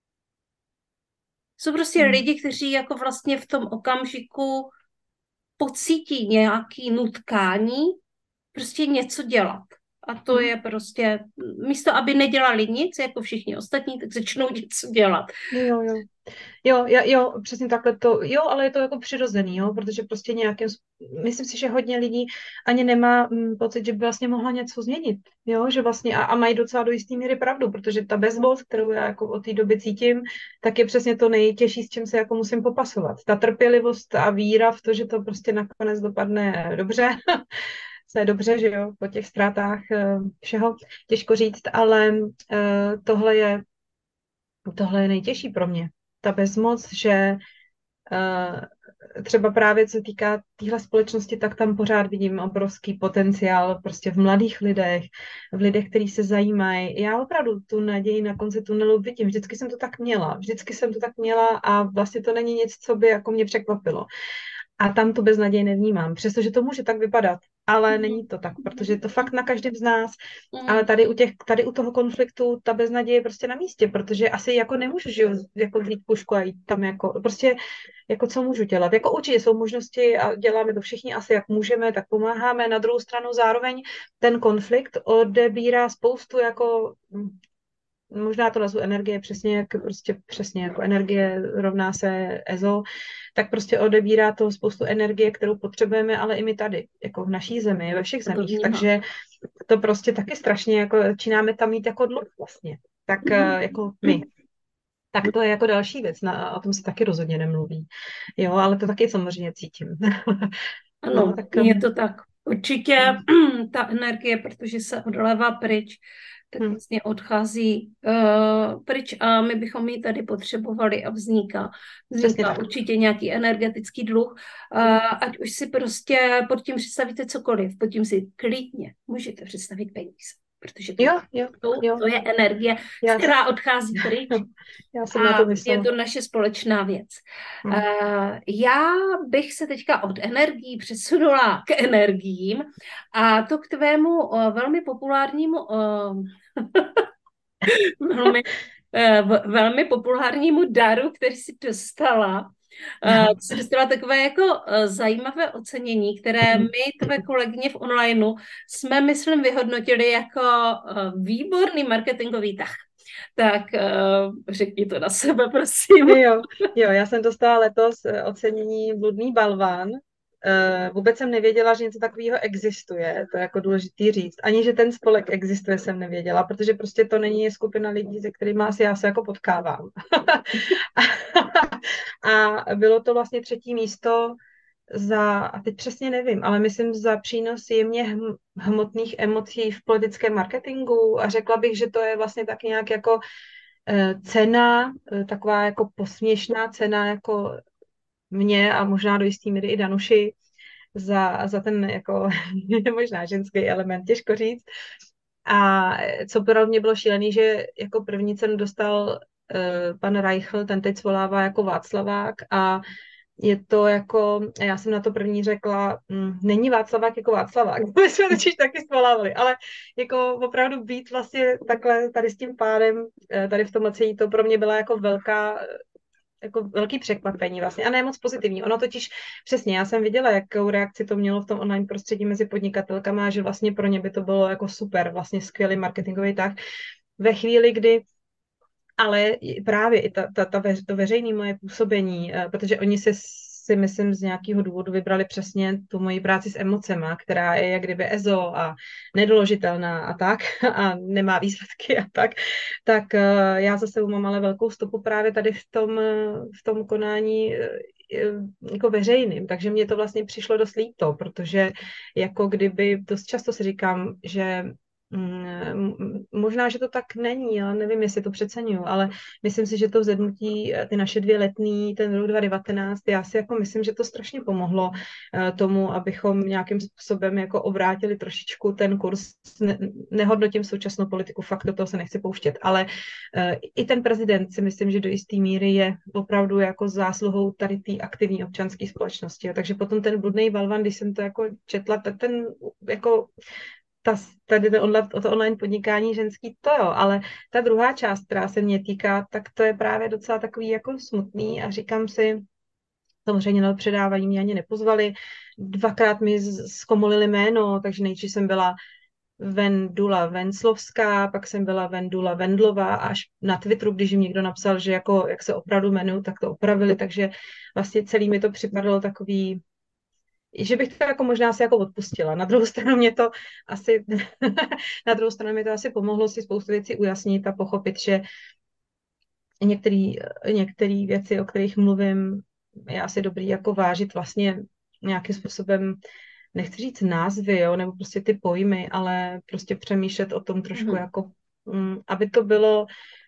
Jsou prostě hmm. lidi, kteří jako vlastně v tom okamžiku pocítí nějaký nutkání prostě něco dělat. A to hmm. je prostě, místo aby nedělali nic, jako všichni ostatní, tak začnou něco dělat. Jo, jo. Jo, jo, jo, přesně takhle to, jo, ale je to jako přirozený, jo, protože prostě nějakým, myslím si, že hodně lidí ani nemá m, pocit, že by vlastně mohla něco změnit, jo, že vlastně a, a mají docela do jistý míry pravdu, protože ta bezmoc, kterou já jako od té doby cítím, tak je přesně to nejtěžší, s čím se jako musím popasovat. Ta trpělivost a víra v to, že to prostě nakonec dopadne dobře, co je dobře, že jo, po těch ztrátách všeho, těžko říct, ale tohle je, tohle je nejtěžší pro mě. Ta bezmoc, že uh, třeba právě co týká téhle společnosti, tak tam pořád vidím obrovský potenciál prostě v mladých lidech, v lidech, kteří se zajímají. Já opravdu tu naději na konci tunelu vidím. Vždycky jsem to tak měla. Vždycky jsem to tak měla a vlastně to není nic, co by jako mě překvapilo. A tam to beznaděj nevnímám, přestože to může tak vypadat, ale mm. není to tak, protože je to fakt na každém z nás. Mm. Ale tady u, těch, tady u toho konfliktu ta beznaděj je prostě na místě, protože asi jako nemůžu, že jako vzít pušku a jít tam jako, prostě jako co můžu dělat. Jako určitě jsou možnosti a děláme to všichni asi jak můžeme, tak pomáháme. Na druhou stranu zároveň ten konflikt odebírá spoustu jako možná to nazvu energie přesně, jak prostě přesně jako energie rovná se ezo, tak prostě odebírá to spoustu energie, kterou potřebujeme, ale i my tady, jako v naší zemi, ve všech zemích. Takže to prostě taky strašně, jako začínáme tam mít jako dluh vlastně. Tak mm-hmm. jako my. Tak to je jako další věc, na, o tom se taky rozhodně nemluví. Jo, ale to taky samozřejmě cítím. Ano, no, tak, je to tak. Určitě ta energie, protože se odlévá pryč, tak vlastně odchází uh, pryč a my bychom ji tady potřebovali a vzniká. Vzniká určitě nějaký energetický dluh, uh, ať už si prostě pod tím představíte cokoliv, pod tím si klidně můžete představit peníze. protože to, Jo, jo, to, jo. to je energie, Já, která odchází pryč. já jsem na A to je myslela. to naše společná věc. Hm. Uh, já bych se teďka od energií přesunula k energiím a to k tvému uh, velmi populárnímu uh, velmi, uh, velmi populárnímu daru, který si dostala. Uh, No. jsi dostala takové jako uh, zajímavé ocenění, které my, tvé kolegyně v onlineu, jsme, myslím, vyhodnotili jako uh, výborný marketingový tah. Tak uh, řekni to na sebe, prosím. Jo, jo, já jsem dostala letos eh, ocenění Bludný balván. Eh, Vůbec jsem nevěděla, že něco takového existuje, to je jako důležitý říct. Ani, že ten spolek existuje, jsem nevěděla, protože prostě to není skupina lidí, se kterými asi já se jako potkávám. A bylo to vlastně třetí místo za, a teď přesně nevím, ale myslím za přínos jemně hm- hmotných emocí v politickém marketingu a řekla bych, že to je vlastně tak nějak jako eh, cena, eh, taková jako posměšná cena jako mě a možná do jistý míry i Danuši za, za ten jako možná ženský element, těžko říct. A co pro mě bylo šílený, že jako první cenu dostal uh, pan Reichl, ten teď svolává jako Václavák a je to jako, já jsem na to první řekla, mm, není Václavák jako Václavák, my jsme totiž taky svolávali, ale jako opravdu být vlastně takhle tady s tím pádem, eh, tady v tom cení, to pro mě byla jako velká jako velký překvapení vlastně a ne moc pozitivní. Ono totiž přesně, já jsem viděla, jakou reakci to mělo v tom online prostředí mezi podnikatelkama, že vlastně pro ně by to bylo jako super, vlastně skvělý marketingový tah. Ve chvíli, kdy ale právě i ta, ta, ta veř, to veřejné moje působení, eh, protože oni se si myslím z nějakého důvodu vybrali přesně tu moji práci s emocema, která je jak kdyby ezo a nedoložitelná a tak a nemá výsledky a tak, tak eh, já za sebou mám ale velkou stopu právě tady v tom, eh, v tom konání eh, jako veřejným, takže mně to vlastně přišlo dost líto, protože jako kdyby, dost často si říkám, že Mm, možná, že to tak není, já nevím, jestli to přeceňuju, ale myslím si, že to vzedmutí, ty naše dvě letní, ten rok dva tisíce devatenáct, já si jako myslím, že to strašně pomohlo eh, tomu, abychom nějakým způsobem jako obrátili trošičku ten kurz. Ne, nehodnotím současnou politiku, fakt do toho se nechci pouštět, ale uh, i ten prezident si myslím, že do jisté míry je opravdu jako zásluhou tady té aktivní občanské společnosti. A takže potom ten bludný balvan, když jsem to jako četla, tak ten jako ta, tady to online, to online podnikání ženský, to jo, ale ta druhá část, která se mě týká, tak to je právě docela takový jako smutný a říkám si, samozřejmě na předávání mě ani nepozvali, dvakrát mi zkomolili jméno, takže nejdřív jsem byla Vendula Venclovská, pak jsem byla Vendula Vendlová a až na Twitteru, když jim někdo napsal, že jako, jak se opravdu jmenuju, tak to opravili, takže vlastně celý mi to připadalo takový, že bych to jako možná si jako odpustila. Na druhou stranu mě to asi, na druhou stranu mě to asi pomohlo si spoustu věcí ujasnit a pochopit, že některé některé věci, o kterých mluvím, je asi dobrý jako vážit vlastně nějakým způsobem, nechci říct názvy, jo, nebo prostě ty pojmy, ale prostě přemýšlet o tom trošku Mhm. jako, mm, aby to bylo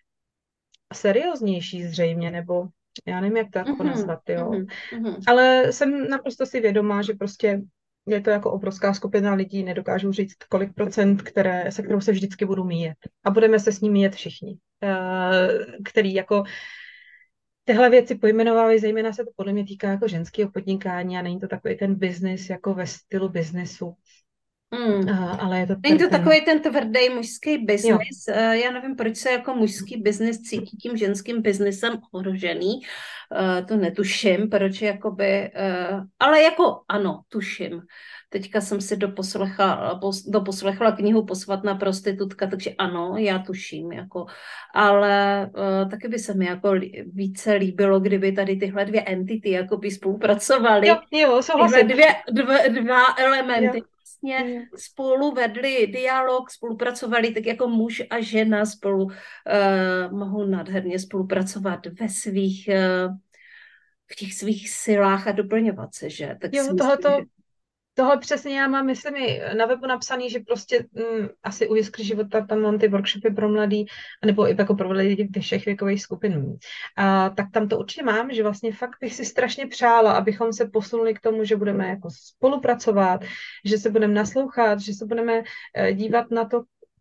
serióznější zřejmě, nebo já nevím, jak to jako Mhm. nazvat, jo. Mhm. Mhm. Ale jsem naprosto si vědomá, že prostě je to jako obrovská skupina lidí, nedokážu říct, kolik procent, které, se kterou se vždycky budu míjet. A budeme se s ní míjet všichni, eh, který jako tyhle věci pojmenovávají, zejména se to podle mě týká jako ženského podnikání a není to takový ten biznis jako ve stylu biznesu, Mm. Eh, ale je to Není tady to ten, takový ten tvrdý mužský jo, biznis. Eh, Já nevím, proč se jako mužský biznis cítí tím ženským biznisem ohrožený. Eh, To netuším, proč jakoby, eh, ale jako ano, tuším. Teďka jsem si doposlechla, pos- doposlechla knihu Posvatná prostitutka, takže ano, já tuším. Jako, ale eh, taky by se mi jako lí- více líbilo, kdyby tady tyhle dvě entity jakoby jo, spolupracovaly. jo, Tyhle souhlasím, dvě, dva, dva jo, elementy vlastně jo. spolu vedli dialog, spolupracovali tak jako muž a žena spolu uh, mohou nádherně spolupracovat ve svých, uh, v těch svých silách a doplňovat se, že? Tak si Jo, myslím, že tohleto Tohle přesně já mám, myslím, i na webu napsaný, že prostě mm, asi u Jiskry života tam mám ty workshopy pro mladý, nebo i jako pro lidi ve všech věkových skupin. A tak tam to určitě mám, že vlastně fakt bych si strašně přála, abychom se posunuli k tomu, že budeme jako spolupracovat, že se budeme naslouchat, že se budeme eh, dívat na to,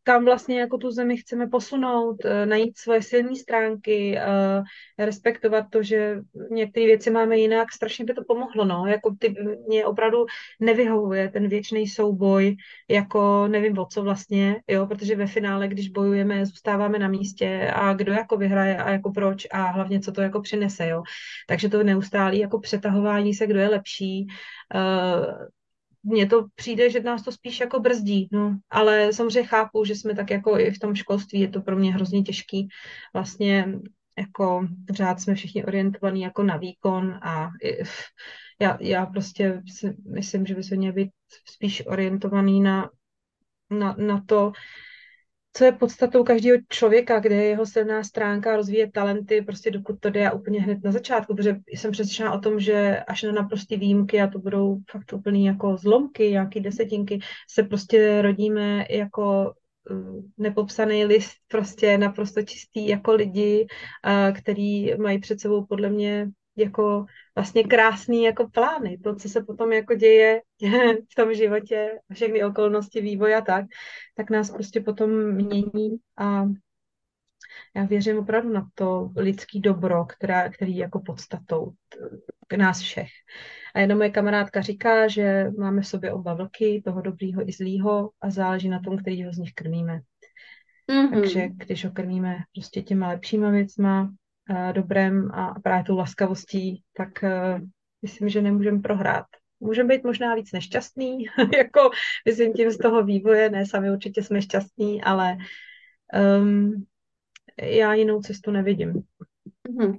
kam vlastně jako tu zemi chceme posunout, eh, najít svoje silné stránky, eh, respektovat to, že některé věci máme jinak, strašně by to pomohlo, no, jako ty, mě opravdu nevyhovuje ten věčný souboj, jako nevím o co vlastně, jo, protože ve finále, když bojujeme, zůstáváme na místě a kdo jako vyhraje a jako proč a hlavně co to jako přinese, jo. Takže to neustálé jako přetahování se, kdo je lepší, eh, mně to přijde, že nás to spíš jako brzdí, no. Ale samozřejmě chápu, že jsme tak jako i v tom školství, je to pro mě hrozně těžký. Vlastně jako pořád jsme všichni orientovaní jako na výkon a i- já, já prostě si myslím, že by se měl být spíš orientovaný na, na, na to, co je podstatou každého člověka, kde je jeho silná stránka, rozvíjet talenty, prostě dokud to jde a úplně hned na začátku, protože jsem přesvědčená o tom, že až na naprosté výjimky, a to budou fakt úplný jako zlomky, nějaký desetinky, se prostě rodíme jako uh, nepopsaný list, prostě naprosto čistý jako lidi, uh, který mají před sebou podle mě jako vlastně krásný jako plány, to, co se potom jako děje v tom životě, všechny okolnosti, vývoje a tak, tak nás prostě potom mění a já věřím opravdu na to lidský dobro, která, který je jako podstatou k nás všech. A jedna moje kamarádka říká, že máme v sobě oba vlky, toho dobrýho i zlýho a záleží na tom, kterýho z nich krmíme. Takže Mm-hmm. když ho krmíme prostě těma lepšíma věcma, a dobrem a právě tou laskavostí, tak uh, myslím, že nemůžeme prohrát. Můžeme být možná víc nešťastný, jako myslím tím z toho vývoje, ne sami určitě jsme šťastní, ale um, já jinou cestu nevidím. Mm-hmm.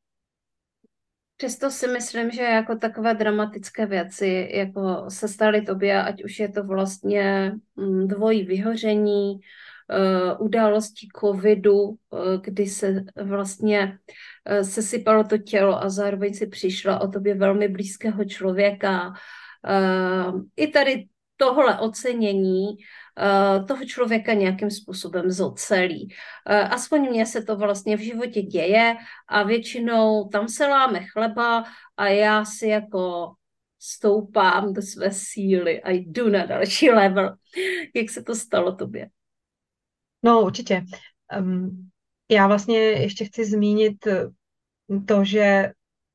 Přesto si myslím, že jako takové dramatické věci, jako se staly tobě, ať už je to vlastně mm, dvojí vyhoření, uh, událostí covidu, uh, kdy se vlastně uh, sesypalo to tělo a zároveň si přišla o tobě velmi blízkého člověka. Uh, I tady tohle ocenění uh, toho člověka nějakým způsobem zocelí. Uh, aspoň mně se to vlastně v životě děje, a většinou tam se láme chleba a já si jako stoupám do své síly a jdu na další level. Jak se to stalo tobě? No, určitě. Um, já vlastně ještě chci zmínit to, že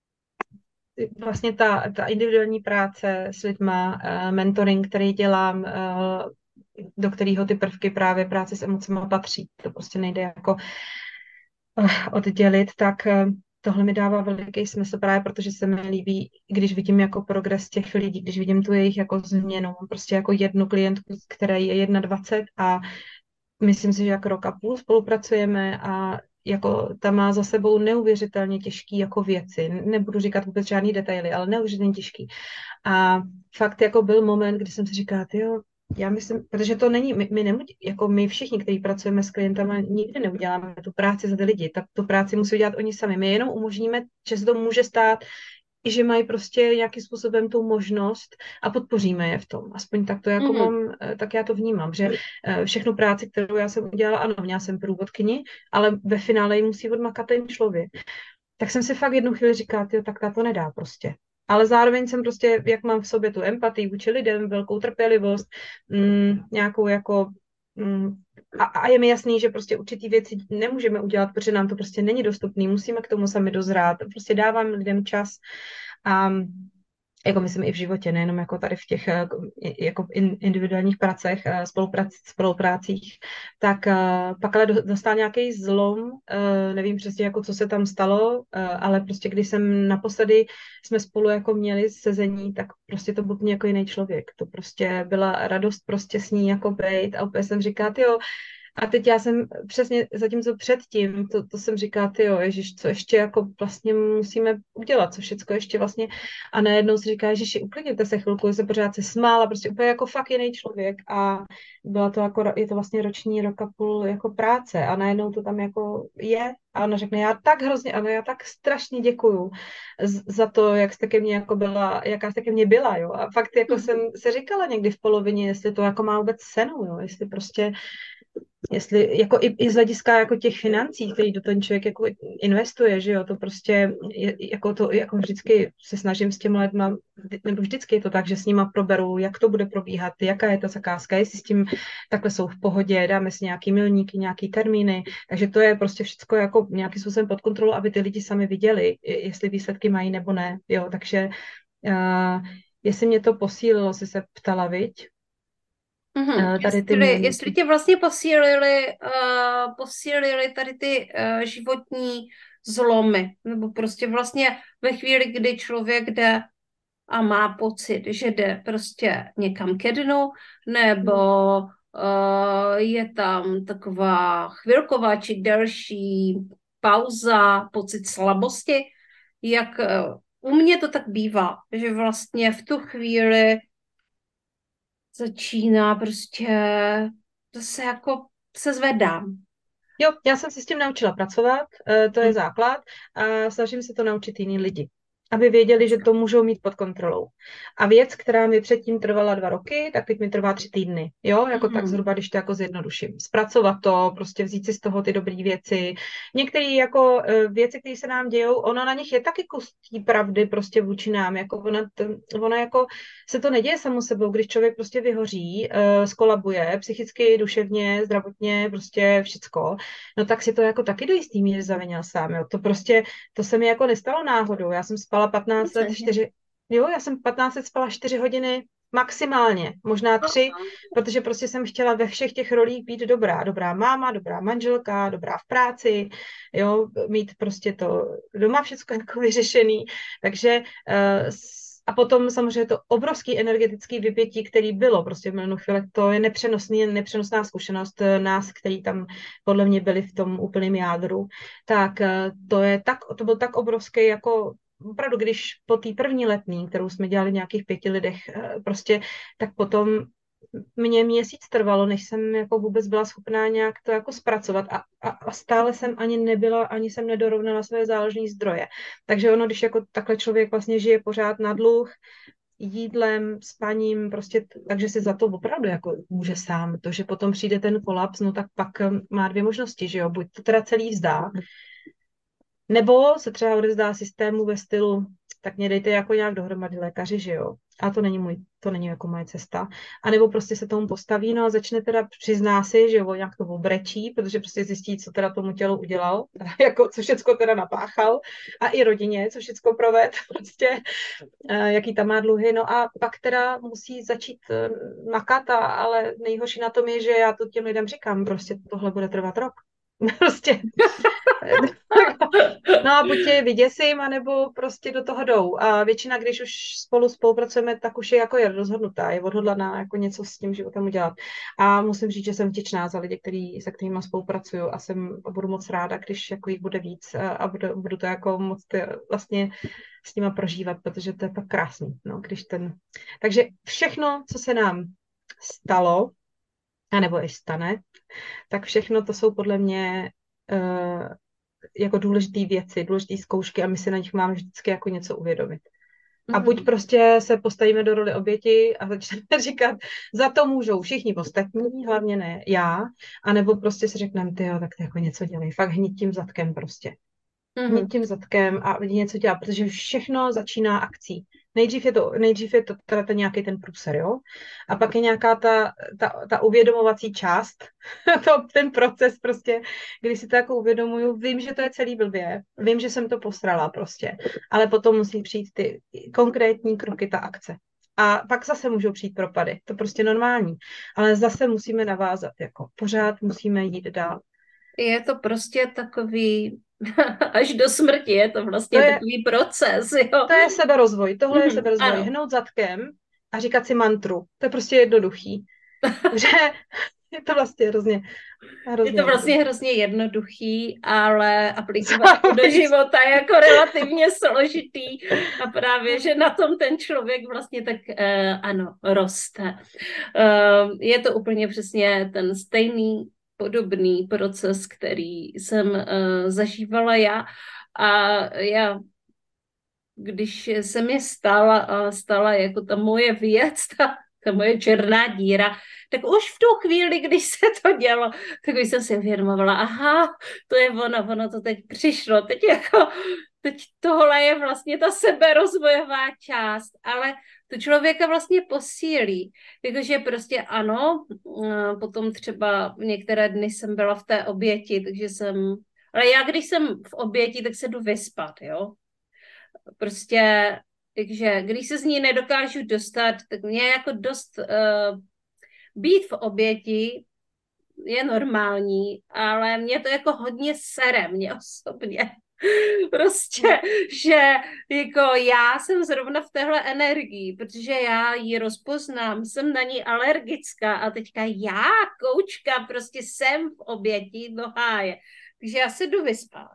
vlastně ta, ta individuální práce s lidma, uh, mentoring, který dělám, uh, do kterého ty prvky právě práce s emocemi patří. To prostě nejde jako uh, oddělit, tak uh, tohle mi dává veliký smysl právě, protože se mi líbí, když vidím jako progres těch lidí, když vidím tu jejich jako změnu. Mám prostě jako jednu klientku, která je dvacet jedna a myslím si, že jak rok a půl spolupracujeme a jako ta má za sebou neuvěřitelně těžký jako věci. Nebudu říkat vůbec žádný detaily, ale neuvěřitelně těžký. A fakt jako byl moment, kdy jsem si říkala, jo, já myslím, protože to není, my, my, nemůže, jako my všichni, kteří pracujeme s klientama, nikdy neuděláme tu práci za ty lidi. Ta, tu práci musí dělat oni sami. My jenom umožníme, že se to může stát, i že mají prostě nějakým způsobem tu možnost a podpoříme je v tom. Aspoň tak to jako Mm-hmm. mám, tak já to vnímám, že všechnu práci, kterou já jsem udělala, ano, měla jsem průvodkyni, ale ve finále ji musí odmakat ten člověk. Tak jsem si fakt jednu chvíli říkala, jo, tak ta to nedá prostě. Ale zároveň jsem prostě, jak mám v sobě tu empatii vůči lidem, velkou trpělivost, mm, nějakou jako mm, a, a je mi jasný, že prostě určitý věci nemůžeme udělat, protože nám to prostě není dostupný, musíme k tomu sami dozrát. Prostě dávám lidem čas a jako myslím i v životě, nejenom jako tady v těch eh, jako individuálních pracech, eh, spoluprac, spoluprácích, tak eh, pak ale dostal nějaký zlom, eh, nevím přesně jako co se tam stalo, ale prostě když jsem naposledy jsme spolu jako měli sezení, tak prostě to byl jako jiný člověk. To prostě byla radost prostě s ní jako bejt a úplně jsem říkala, jo, a teď já jsem přesně, zatímco předtím, to, to jsem říkala, ty jo, ježiš, co ještě jako vlastně musíme udělat, co všecko ještě vlastně, a najednou si říká, ježiši, uklidněte se chvilku, se pořád se smála, prostě úplně jako fakt jiný člověk a byla to jako, je to vlastně roční rok a půl jako práce a najednou to tam jako je a ona řekne, já tak hrozně, ano, já tak strašně děkuju za to, jak jste ke mně jako byla, jaká jste ke mně byla, jo, a fakt jako jsem se říkala někdy v polovině, jestli to jako má vůbec cenu, jo, jestli prostě Jestli, jako i, i z hlediska jako těch financí, který do ten člověk jako investuje, že jo, to prostě, je, jako to, jako vždycky se snažím s těma lidma, nebo vždycky je to tak, že s nima proberu, jak to bude probíhat, jaká je ta zakázka, jestli s tím takhle jsou v pohodě, dáme si nějaký milníky, nějaký termíny, takže to je prostě všechno jako nějakým způsobem pod kontrolou, aby ty lidi sami viděli, jestli výsledky mají nebo ne, jo, takže uh, jestli mě to posílilo, jsi se ptala, viď? Mhm. Uh, tady ty Jestli, jestli milníky. tě vlastně posílili, uh, posílili tady ty uh, životní zlomy, nebo prostě vlastně ve chvíli, kdy člověk jde a má pocit, že jde prostě někam ke dnu, nebo uh, je tam taková chvilková či delší pauza, pocit slabosti, jak uh, u mě to tak bývá, že vlastně v tu chvíli začíná prostě zase jako se zvedám. Jo, já jsem si s tím naučila pracovat, eh, to je Hm. základ a snažím se to naučit jiný lidi, aby věděli, že to můžou mít pod kontrolou. A věc, která mi předtím trvala dva roky, tak teď mi trvá tři týdny. Jo, jako tak Mhm. zhruba, když to jako zjednoduším. Zpracovat to, prostě vzít si z toho ty dobré věci. Některé jako eh, věci, které se nám dějou, ono na nich je taky kus té pravdy prostě vůči nám. Jako ona, t- ona jako se to neděje samo sebou, když člověk prostě vyhoří, eh, skolabuje psychicky, duševně, zdravotně, prostě všecko, no tak si to jako taky do jistý míry zavinil sám, jo. To prostě, to se mi jako nestalo náhodou. Já jsem spala patnáct let, Samozřejmě. čtyři, jo, já jsem patnáct let spala čtyři hodiny maximálně, možná tři, protože prostě jsem chtěla ve všech těch rolích být dobrá. Dobrá máma, dobrá manželka, dobrá v práci, jo, mít prostě to doma všechno jako vyřešený. Takže uh, a potom samozřejmě to obrovský energetický vypětí, který bylo prostě v minulých chvíli, to je nepřenosný, nepřenosná zkušenost nás, který tam podle mě byli v tom úplném jádru. Tak eh, to je tak, to byl tak obrovský jako opravdu, když po té první letní, kterou jsme dělali v nějakých pěti lidech, eh, prostě, tak potom mě měsíc trvalo, než jsem jako vůbec byla schopná nějak to jako zpracovat a, a, a stále jsem ani nebyla, ani jsem nedorovnala své záložní zdroje. Takže ono, když jako takhle člověk vlastně žije pořád na dluh, jídlem, spaním, prostě, takže si za to opravdu jako může sám. To, že potom přijde ten kolaps, no tak pak um, má dvě možnosti, že jo, buď to teda celý vzdá, nebo se třeba odevzdá systému ve stylu, tak mě dejte jako nějak dohromady lékaři, že jo. A to není můj, to není jako moje cesta. A nebo prostě se tomu postaví, no a začne teda, přizná si, že jo, nějak to obrečí, protože prostě zjistí, co teda tomu tělu udělal, jako co všecko teda napáchal a i rodině, co všecko proved, prostě, eh, jaký tam má dluhy. No a pak teda musí začít eh, makat, a, ale nejhorší na tom je, že já to těm lidem říkám, prostě tohle bude trvat rok. Prostě no a buď je vyděsím, anebo prostě do toho jdou. A většina, když už spolu spolupracujeme, tak už je jako je rozhodnutá, je odhodlaná jako něco s tím životem udělat. A musím říct, že jsem vděčná za lidi, který, se kterými spolupracuju a jsem, budu moc ráda, když jako jich bude víc a, a budu, budu to jako moc ty, vlastně s nima prožívat, protože to je pak krásný, no, když ten... Takže všechno, co se nám stalo, anebo i stane, tak všechno to jsou podle mě uh, jako důležité věci, důležité zkoušky a my si na nich máme vždycky jako něco uvědomit. A buď Mhm. prostě se postavíme do roli oběti a začneme říkat, za to můžou všichni ostatní, hlavně ne já, anebo prostě si řekneme, ty jo, tak to jako něco dělej, fakt hnít tím zadkem prostě. Hnít Mhm. tím zadkem a něco dělat, protože všechno začíná akcí. Nejdřív je to, nejdřív je to teda ten nějaký ten průser, jo? A pak je nějaká ta, ta, ta uvědomovací část, to, ten proces prostě, kdy si to jako uvědomuju, vím, že to je celý blbě, vím, že jsem to posrala prostě, ale potom musí přijít ty konkrétní kroky, ta akce. A pak zase můžou přijít propady, to prostě normální, ale zase musíme navázat, jako pořád musíme jít dál. Je to prostě takový až do smrti, je to To vlastně je, takový proces, jo. To je seberozvoj, tohle je Mhm. seberozvoj. Ano, Hnout zadkem a říkat si mantru. To je prostě jednoduchý. Takže je to vlastně hrozně, je hrozně to vlastně jednoduchý. hrozně jednoduchý, ale aplikovat to do života je jako relativně složitý a právě, že na tom ten člověk vlastně tak uh, ano, roste. Uh, je to úplně přesně ten stejný podobný proces, který jsem uh, zažívala já a já když se mi stala, stala jako ta moje věc, ta ta moje černá díra, tak už v tu chvíli, když se to dělo, tak už jsem si uvědomovala, aha, to je ono, ono to teď přišlo, teď jako, teď tohle je vlastně ta seberozvojová část, ale to člověka vlastně posílí, jakože prostě ano, potom třeba některé dny jsem byla v té oběti, takže jsem, ale já když jsem v oběti, tak se jdu vyspat, jo, prostě, takže když se z ní nedokážu dostat, tak mě jako dost uh, být v oběti je normální, ale mě to jako hodně sere, mě osobně. Prostě, že jako já jsem zrovna v téhle energii, protože já ji rozpoznám, jsem na ní alergická a teďka já, koučka, prostě jsem v oběti do háje. Takže já se jdu vyspat.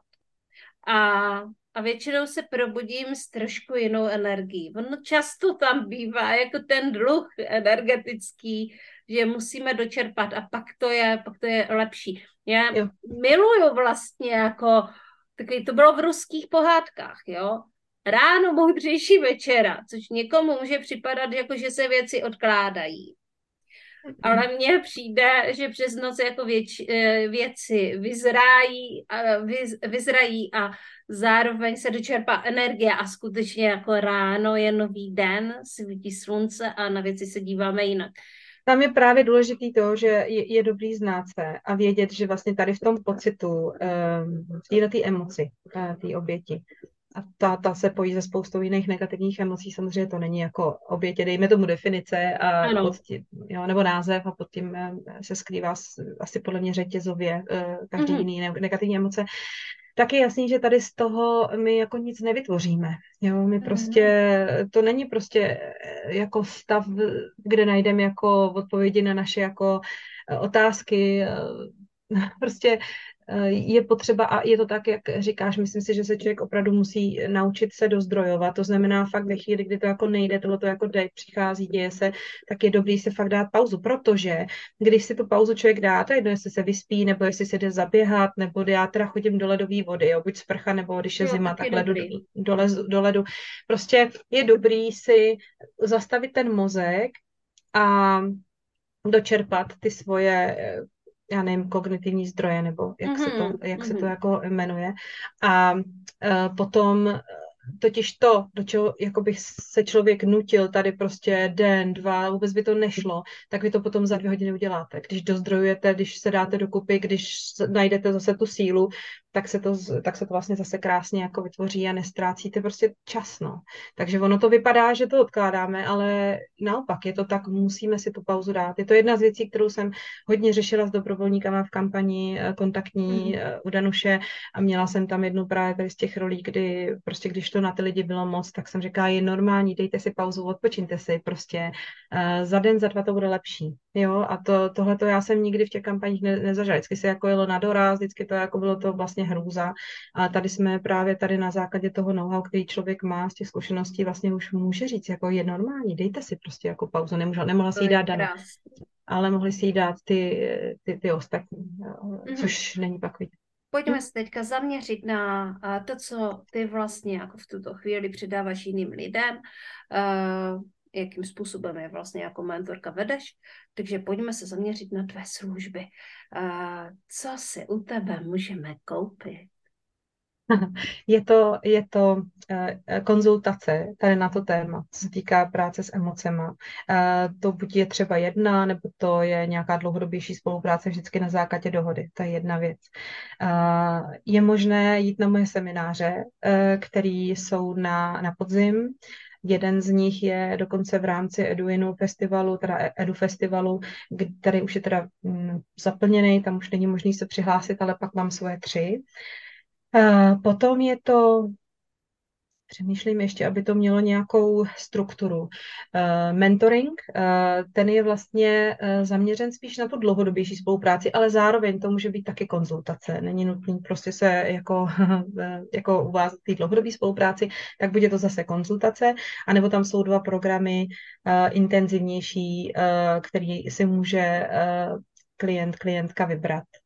A, a většinou se probudím s trošku jinou energií. Ono často tam bývá jako ten dluh energetický, že musíme dočerpat a pak to je, pak to je lepší. Já jo. miluju vlastně jako, takový, to bylo v ruských pohádkách, jo. Ráno moudřejší večera, což někomu může připadat, jako že se věci odkládají. Ale mně přijde, že přes noc jako věč, věci vyzrají, vyz, vyzrají a zároveň se dočerpá energie a skutečně jako ráno je nový den, svítí slunce a na věci se díváme jinak. Tam je právě důležitý to, že je, je dobrý znát se a vědět, že vlastně tady v tom pocitu, v této emoci, té oběti, a ta, ta se pojí se spoustou jiných negativních emocí, samozřejmě to není jako obětě, dejme tomu definice a pod tím, jo, nebo název a pod tím se skrývá asi podle mě řetězově každý mm-hmm. jiný negativní emoce. Tak je jasný, že tady z toho my jako nic nevytvoříme. Jo, my prostě, to není prostě jako stav, kde najdeme jako odpovědi na naše jako otázky. Prostě je potřeba, a je to tak, jak říkáš, myslím si, že se člověk opravdu musí naučit se dozdrojovat. To znamená fakt ve chvíli, kdy to jako nejde, tohle to jako jde, přichází, děje se, tak je dobrý si fakt dát pauzu, protože když si tu pauzu člověk dá, to je jedno, jestli se vyspí, nebo jestli se jde zaběhat, nebo já teda chodím do ledové vody, jo, buď sprcha, nebo když je jo, zima, tak, tak ledu, do, lezu, do ledu. Prostě je dobrý si zastavit ten mozek a dočerpat ty svoje, já nevím, kognitivní zdroje, nebo jak mm-hmm, se to, jak mm-hmm. se to jako jmenuje. A uh, potom totiž to, do čeho jakoby se člověk nutil tady prostě den, dva, vůbec by to nešlo, tak vy to potom za dvě hodiny uděláte. Když dozdrojujete, když se dáte dokupy, když najdete zase tu sílu, tak se to, tak se to vlastně zase krásně jako vytvoří a nestrácíte prostě čas, no. Takže ono to vypadá, že to odkládáme, ale naopak je to tak, musíme si tu pauzu dát. Je to jedna z věcí, kterou jsem hodně řešila s dobrovolníkama v kampani kontaktní mm. u Danuše a měla jsem tam jednu právě tady z těch rolí, kdy prostě když to na ty lidi bylo moc, tak jsem říkala, je normální, dejte si pauzu, odpočiňte si, prostě uh, za den, za dva to bude lepší. Jo, a to, tohle to já jsem nikdy v těch kampaních ne, nezažila. Vždycky se jako jelo na doraz, vždycky to jako bylo to vlastně hrůza. A tady jsme právě tady na základě toho know-how, který člověk má z těch zkušeností, vlastně už může říct, jako je normální, dejte si prostě jako pauzu. Nemůžela, nemohla si jí dát Dana, ale mohli si jí dát ty, ty, ty ostatní, mm-hmm. což není pak vidět. Pojďme se teďka zaměřit na to, co ty vlastně jako v tuto chvíli předáváš jiným lidem, uh, jakým způsobem je vlastně jako mentorka vedeš. Takže pojďme se zaměřit na tvé služby. Uh, co si u tebe můžeme koupit? Je to, je to uh, konzultace tady na to téma, co se týká práce s emocema. Uh, to buď je třeba jedna, nebo to je nějaká dlouhodobější spolupráce vždycky na základě dohody. To je jedna věc. Uh, je možné jít na moje semináře, uh, které jsou na, na podzim. Jeden z nich je dokonce v rámci Eduinu festivalu, teda Edu festivalu, který už je teda mm, zaplněný, tam už není možný se přihlásit, ale pak mám svoje tři. Uh, potom je to, přemýšlím ještě, aby to mělo nějakou strukturu. Uh, mentoring, uh, ten je vlastně uh, zaměřen spíš na tu dlouhodobější spolupráci, ale zároveň to může být taky konzultace. Není nutné prostě se jako, jako uvázat té dlouhodobé spolupráci, tak bude to zase konzultace, anebo tam jsou dva programy uh, intenzivnější, uh, který si může uh, klient, klientka vybrat.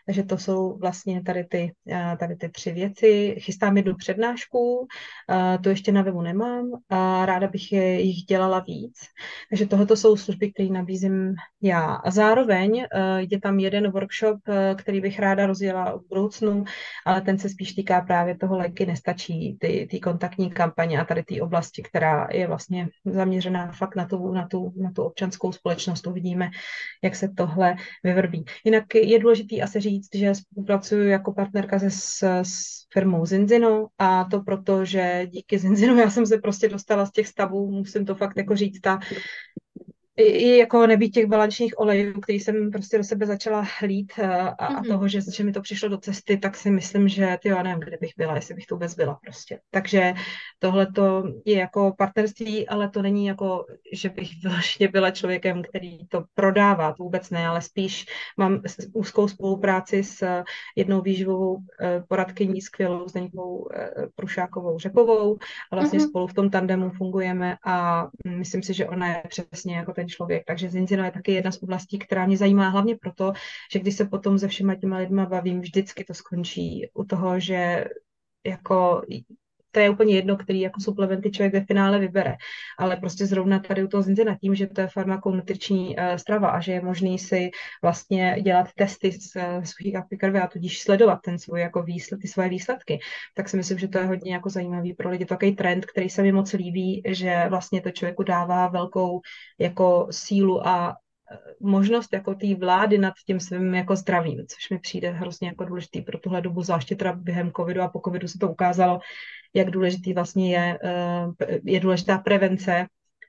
Takže to jsou vlastně tady ty, tady ty tři věci. Chystám jednu přednášku, to ještě na webu nemám a ráda bych je, jich dělala víc. Takže tohoto jsou služby, které nabízím já. A zároveň je tam jeden workshop, který bych ráda rozjela v budoucnu, ale ten se spíš týká právě toho léky nestačí, ty, ty kontaktní kampaně a tady té oblasti, která je vlastně zaměřená fakt na tu, na tu, na tu občanskou společnost. Uvidíme, jak se tohle vyvrbí. Jinak je důležité asi říct, že spolupracuju jako partnerka se s, s firmou Zinzino a to proto, že díky Zinzino já jsem se prostě dostala z těch stavů, musím to fakt jako říct, ta i, i jako nebýt těch balančních olejů, který jsem prostě do sebe začala hlít a, a toho, že, že mi to přišlo do cesty, tak si myslím, že ty já nevím, kde bych byla, jestli bych tu vůbec byla prostě. Takže tohle to je jako partnerství, ale to není jako, že bych vlastně byla člověkem, který to prodává, to vůbec ne, ale spíš mám úzkou spolupráci s jednou výživovou poradkyní skvělou Zdeňkou Prušákovou Řepovou a vlastně Mm-hmm. spolu v tom tandemu fungujeme a myslím si, že ona je přesně jako ten člověk. Takže Zinzino je taky jedna z oblastí, která mě zajímá hlavně proto, že když se potom se všema těma lidma bavím, vždycky to skončí u toho, že jako to je úplně jedno, který jako suplementy člověk ve finále vybere. Ale prostě zrovna tady u toho Zinzina tím, že to je farmakonutriční uh, strava a že je možný si vlastně dělat testy z uh, svých apy krve a tudíž sledovat ten svůj jako výsled, ty svoje výsledky, tak si myslím, že to je hodně jako zajímavý pro lidi. To je takový trend, který se mi moc líbí, že vlastně to člověku dává velkou jako sílu a možnost jako té vlády nad tím svým jako zdravím, což mi přijde hrozně jako důležitý pro tuhle dobu, zvláště teda během covidu a po covidu se to ukázalo, jak důležitý vlastně je, je důležitá prevence,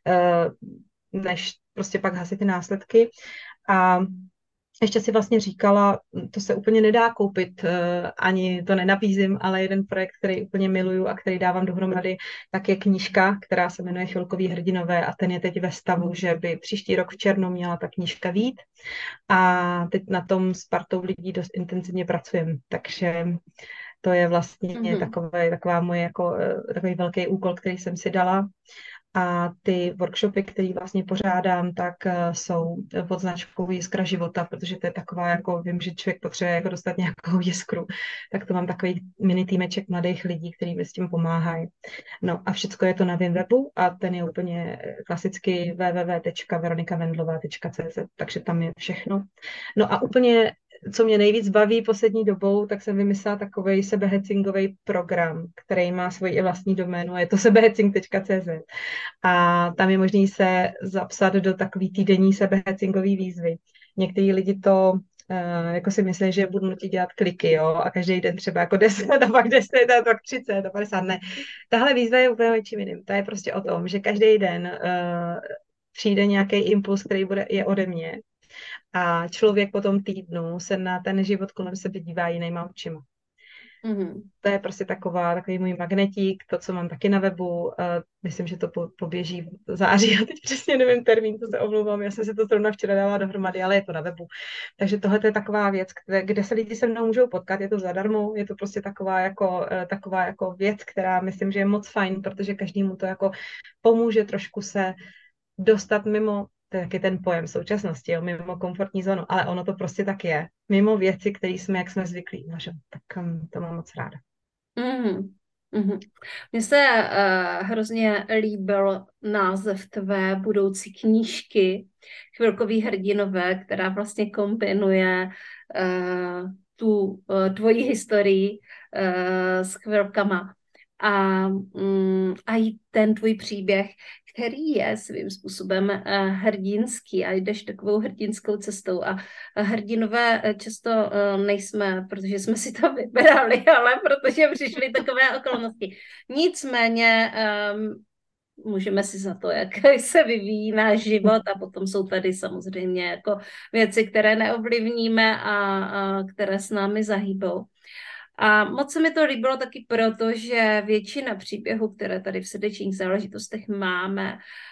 než prostě pak hasit ty následky. A ještě si vlastně říkala, to se úplně nedá koupit, ani to nenabízím, ale jeden projekt, který úplně miluju a který dávám dohromady, tak je knížka, která se jmenuje Chvilkoví hrdinové a ten je teď ve stavu, že by příští rok v červnu měla ta knížka vyjít a teď na tom s partou lidí dost intenzivně pracujeme, takže to je vlastně mm-hmm. takové, taková moje jako, takový velký úkol, který jsem si dala. A ty workshopy, které vlastně pořádám, tak jsou pod značkou Jiskra života, protože to je taková, jako vím, že člověk potřebuje jako dostat nějakou jiskru, tak to mám takový mini týmeček mladých lidí, kteří mi s tím pomáhají. No a všechno je to na mém webu a ten je úplně klasicky w w w tečka veronika vendlová tečka c z, takže tam je všechno. No a úplně co mě nejvíc baví poslední dobou, tak jsem vymyslela takovej sebehecingový program, který má svoji vlastní doménu a je to sebehecing tečka c z. A tam je možné se zapsat do takový týdenní sebehecingový výzvy. Někteří lidi to uh, jako si myslí, že budu nutit dělat kliky, jo, a každý den třeba jako deset, a pak deset, a pak třicet, a padesát, ne. Tahle výzva je úplně něčím jiným. To je prostě o tom, že každý den uh, přijde nějaký impuls, který bude, je ode mě. A člověk po tom týdnu se na ten život kolem sebe dívá jinýma očima. Mm-hmm. To je prostě taková, takový můj magnetík, to, co mám taky na webu. Uh, myslím, že to po, poběží v září. A teď přesně nevím termín, to se omlouvám. Já jsem si to zrovna včera dala dohromady, ale je to na webu. Takže tohle je taková věc, kde, kde se lidi se mnou můžou potkat. Je to zadarmo, je to prostě taková jako, uh, taková jako věc, která myslím, že je moc fajn, protože každému to jako pomůže trošku se dostat mimo, to je taky ten pojem současnosti, jo, mimo komfortní zónu, ale ono to prostě tak je. Mimo věci, které jsme, jak jsme zvyklí. No, tak um, to mám moc ráda. Mm, mm. Mně se uh, hrozně líbil název tvé budoucí knížky Chvilkoví hrdinové, která vlastně kombinuje uh, tu uh, tvoji historii uh, s chvilkama. A, um, a i ten tvůj příběh, který je svým způsobem uh, hrdinský a jdeš takovou hrdinskou cestou a hrdinové často uh, nejsme, protože jsme si to vybrali, ale protože přišly takové okolnosti. Nicméně um, můžeme si za to, jak se vyvíjí náš život a potom jsou tady samozřejmě jako věci, které neovlivníme a, a které s námi zahýbou. A moc se mi to líbilo taky proto, že většina příběhů, které tady v srdečních záležitostech máme,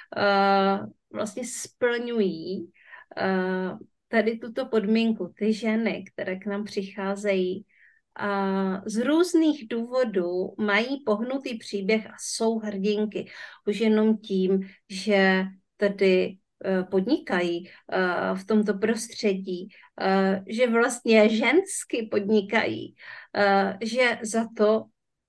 uh, vlastně splňují uh, tady tuto podmínku. Ty ženy, které k nám přicházejí a z různých důvodů mají pohnutý příběh a jsou hrdinky. Už jenom tím, že tady podnikají v tomto prostředí, že vlastně žensky podnikají, že za to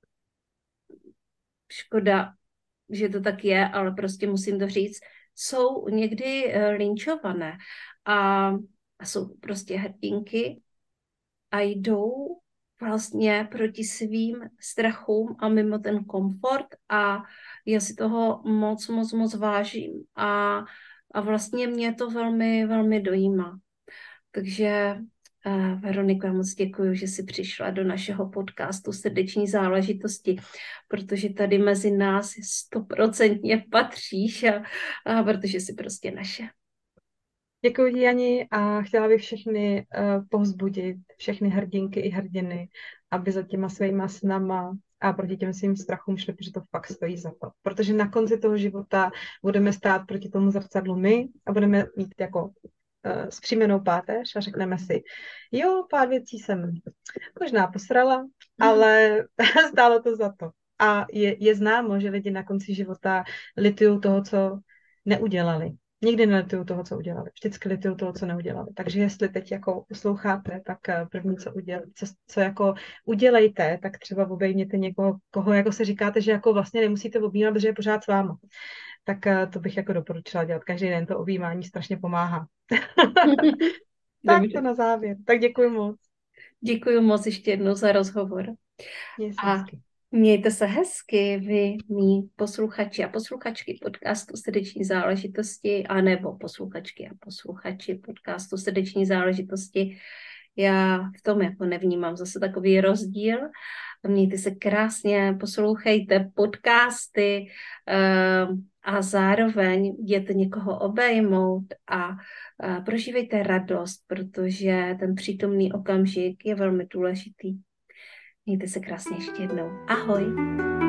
škoda, že to tak je, ale prostě musím to říct, jsou někdy linčované a, a jsou prostě hrdinky a jdou vlastně proti svým strachům a mimo ten komfort a já si toho moc, moc, moc vážím a, a vlastně mě to velmi, velmi dojímá. Takže uh, Veroniko, já moc děkuji, že jsi přišla do našeho podcastu Srdeční záležitosti, protože tady mezi nás stoprocentně patříš a, a protože jsi prostě naše. Děkuji, Jani, a chtěla bych všechny uh, povzbudit, všechny hrdinky i hrdiny, aby za těma svýma snama a proti těm svým strachům šli, protože to fakt stojí za to. Protože na konci toho života budeme stát proti tomu zrcadlu my a budeme mít jako uh, zpříjmenou páteř a řekneme si, jo, pár věcí jsem možná posrala, ale stálo to za to. A je, je známo, že lidi na konci života litují toho, co neudělali. Nikdy nelituju toho, co udělali. Vždycky lituju toho, co neudělali. Takže jestli teď jako posloucháte, tak první, co, uděl, co, co jako udělejte, tak třeba obejměte někoho, koho jako se říkáte, že jako vlastně nemusíte objímat, protože je pořád s váma. Tak to bych jako doporučila dělat. Každý den to objímání strašně pomáhá. Tak to na závěr. Tak děkuji moc. Děkuji moc ještě jednou za rozhovor. Měj se A hezky. Mějte se hezky, vy, mý posluchači a posluchačky podcastu Srdeční záležitosti, anebo posluchačky a posluchači podcastu Srdeční záležitosti. Já v tom jako nevnímám zase takový rozdíl. Mějte se krásně, poslouchejte podcasty a zároveň jděte někoho obejmout a prožívejte radost, protože ten přítomný okamžik je velmi důležitý. Mějte se krásně ještě jednou. Ahoj!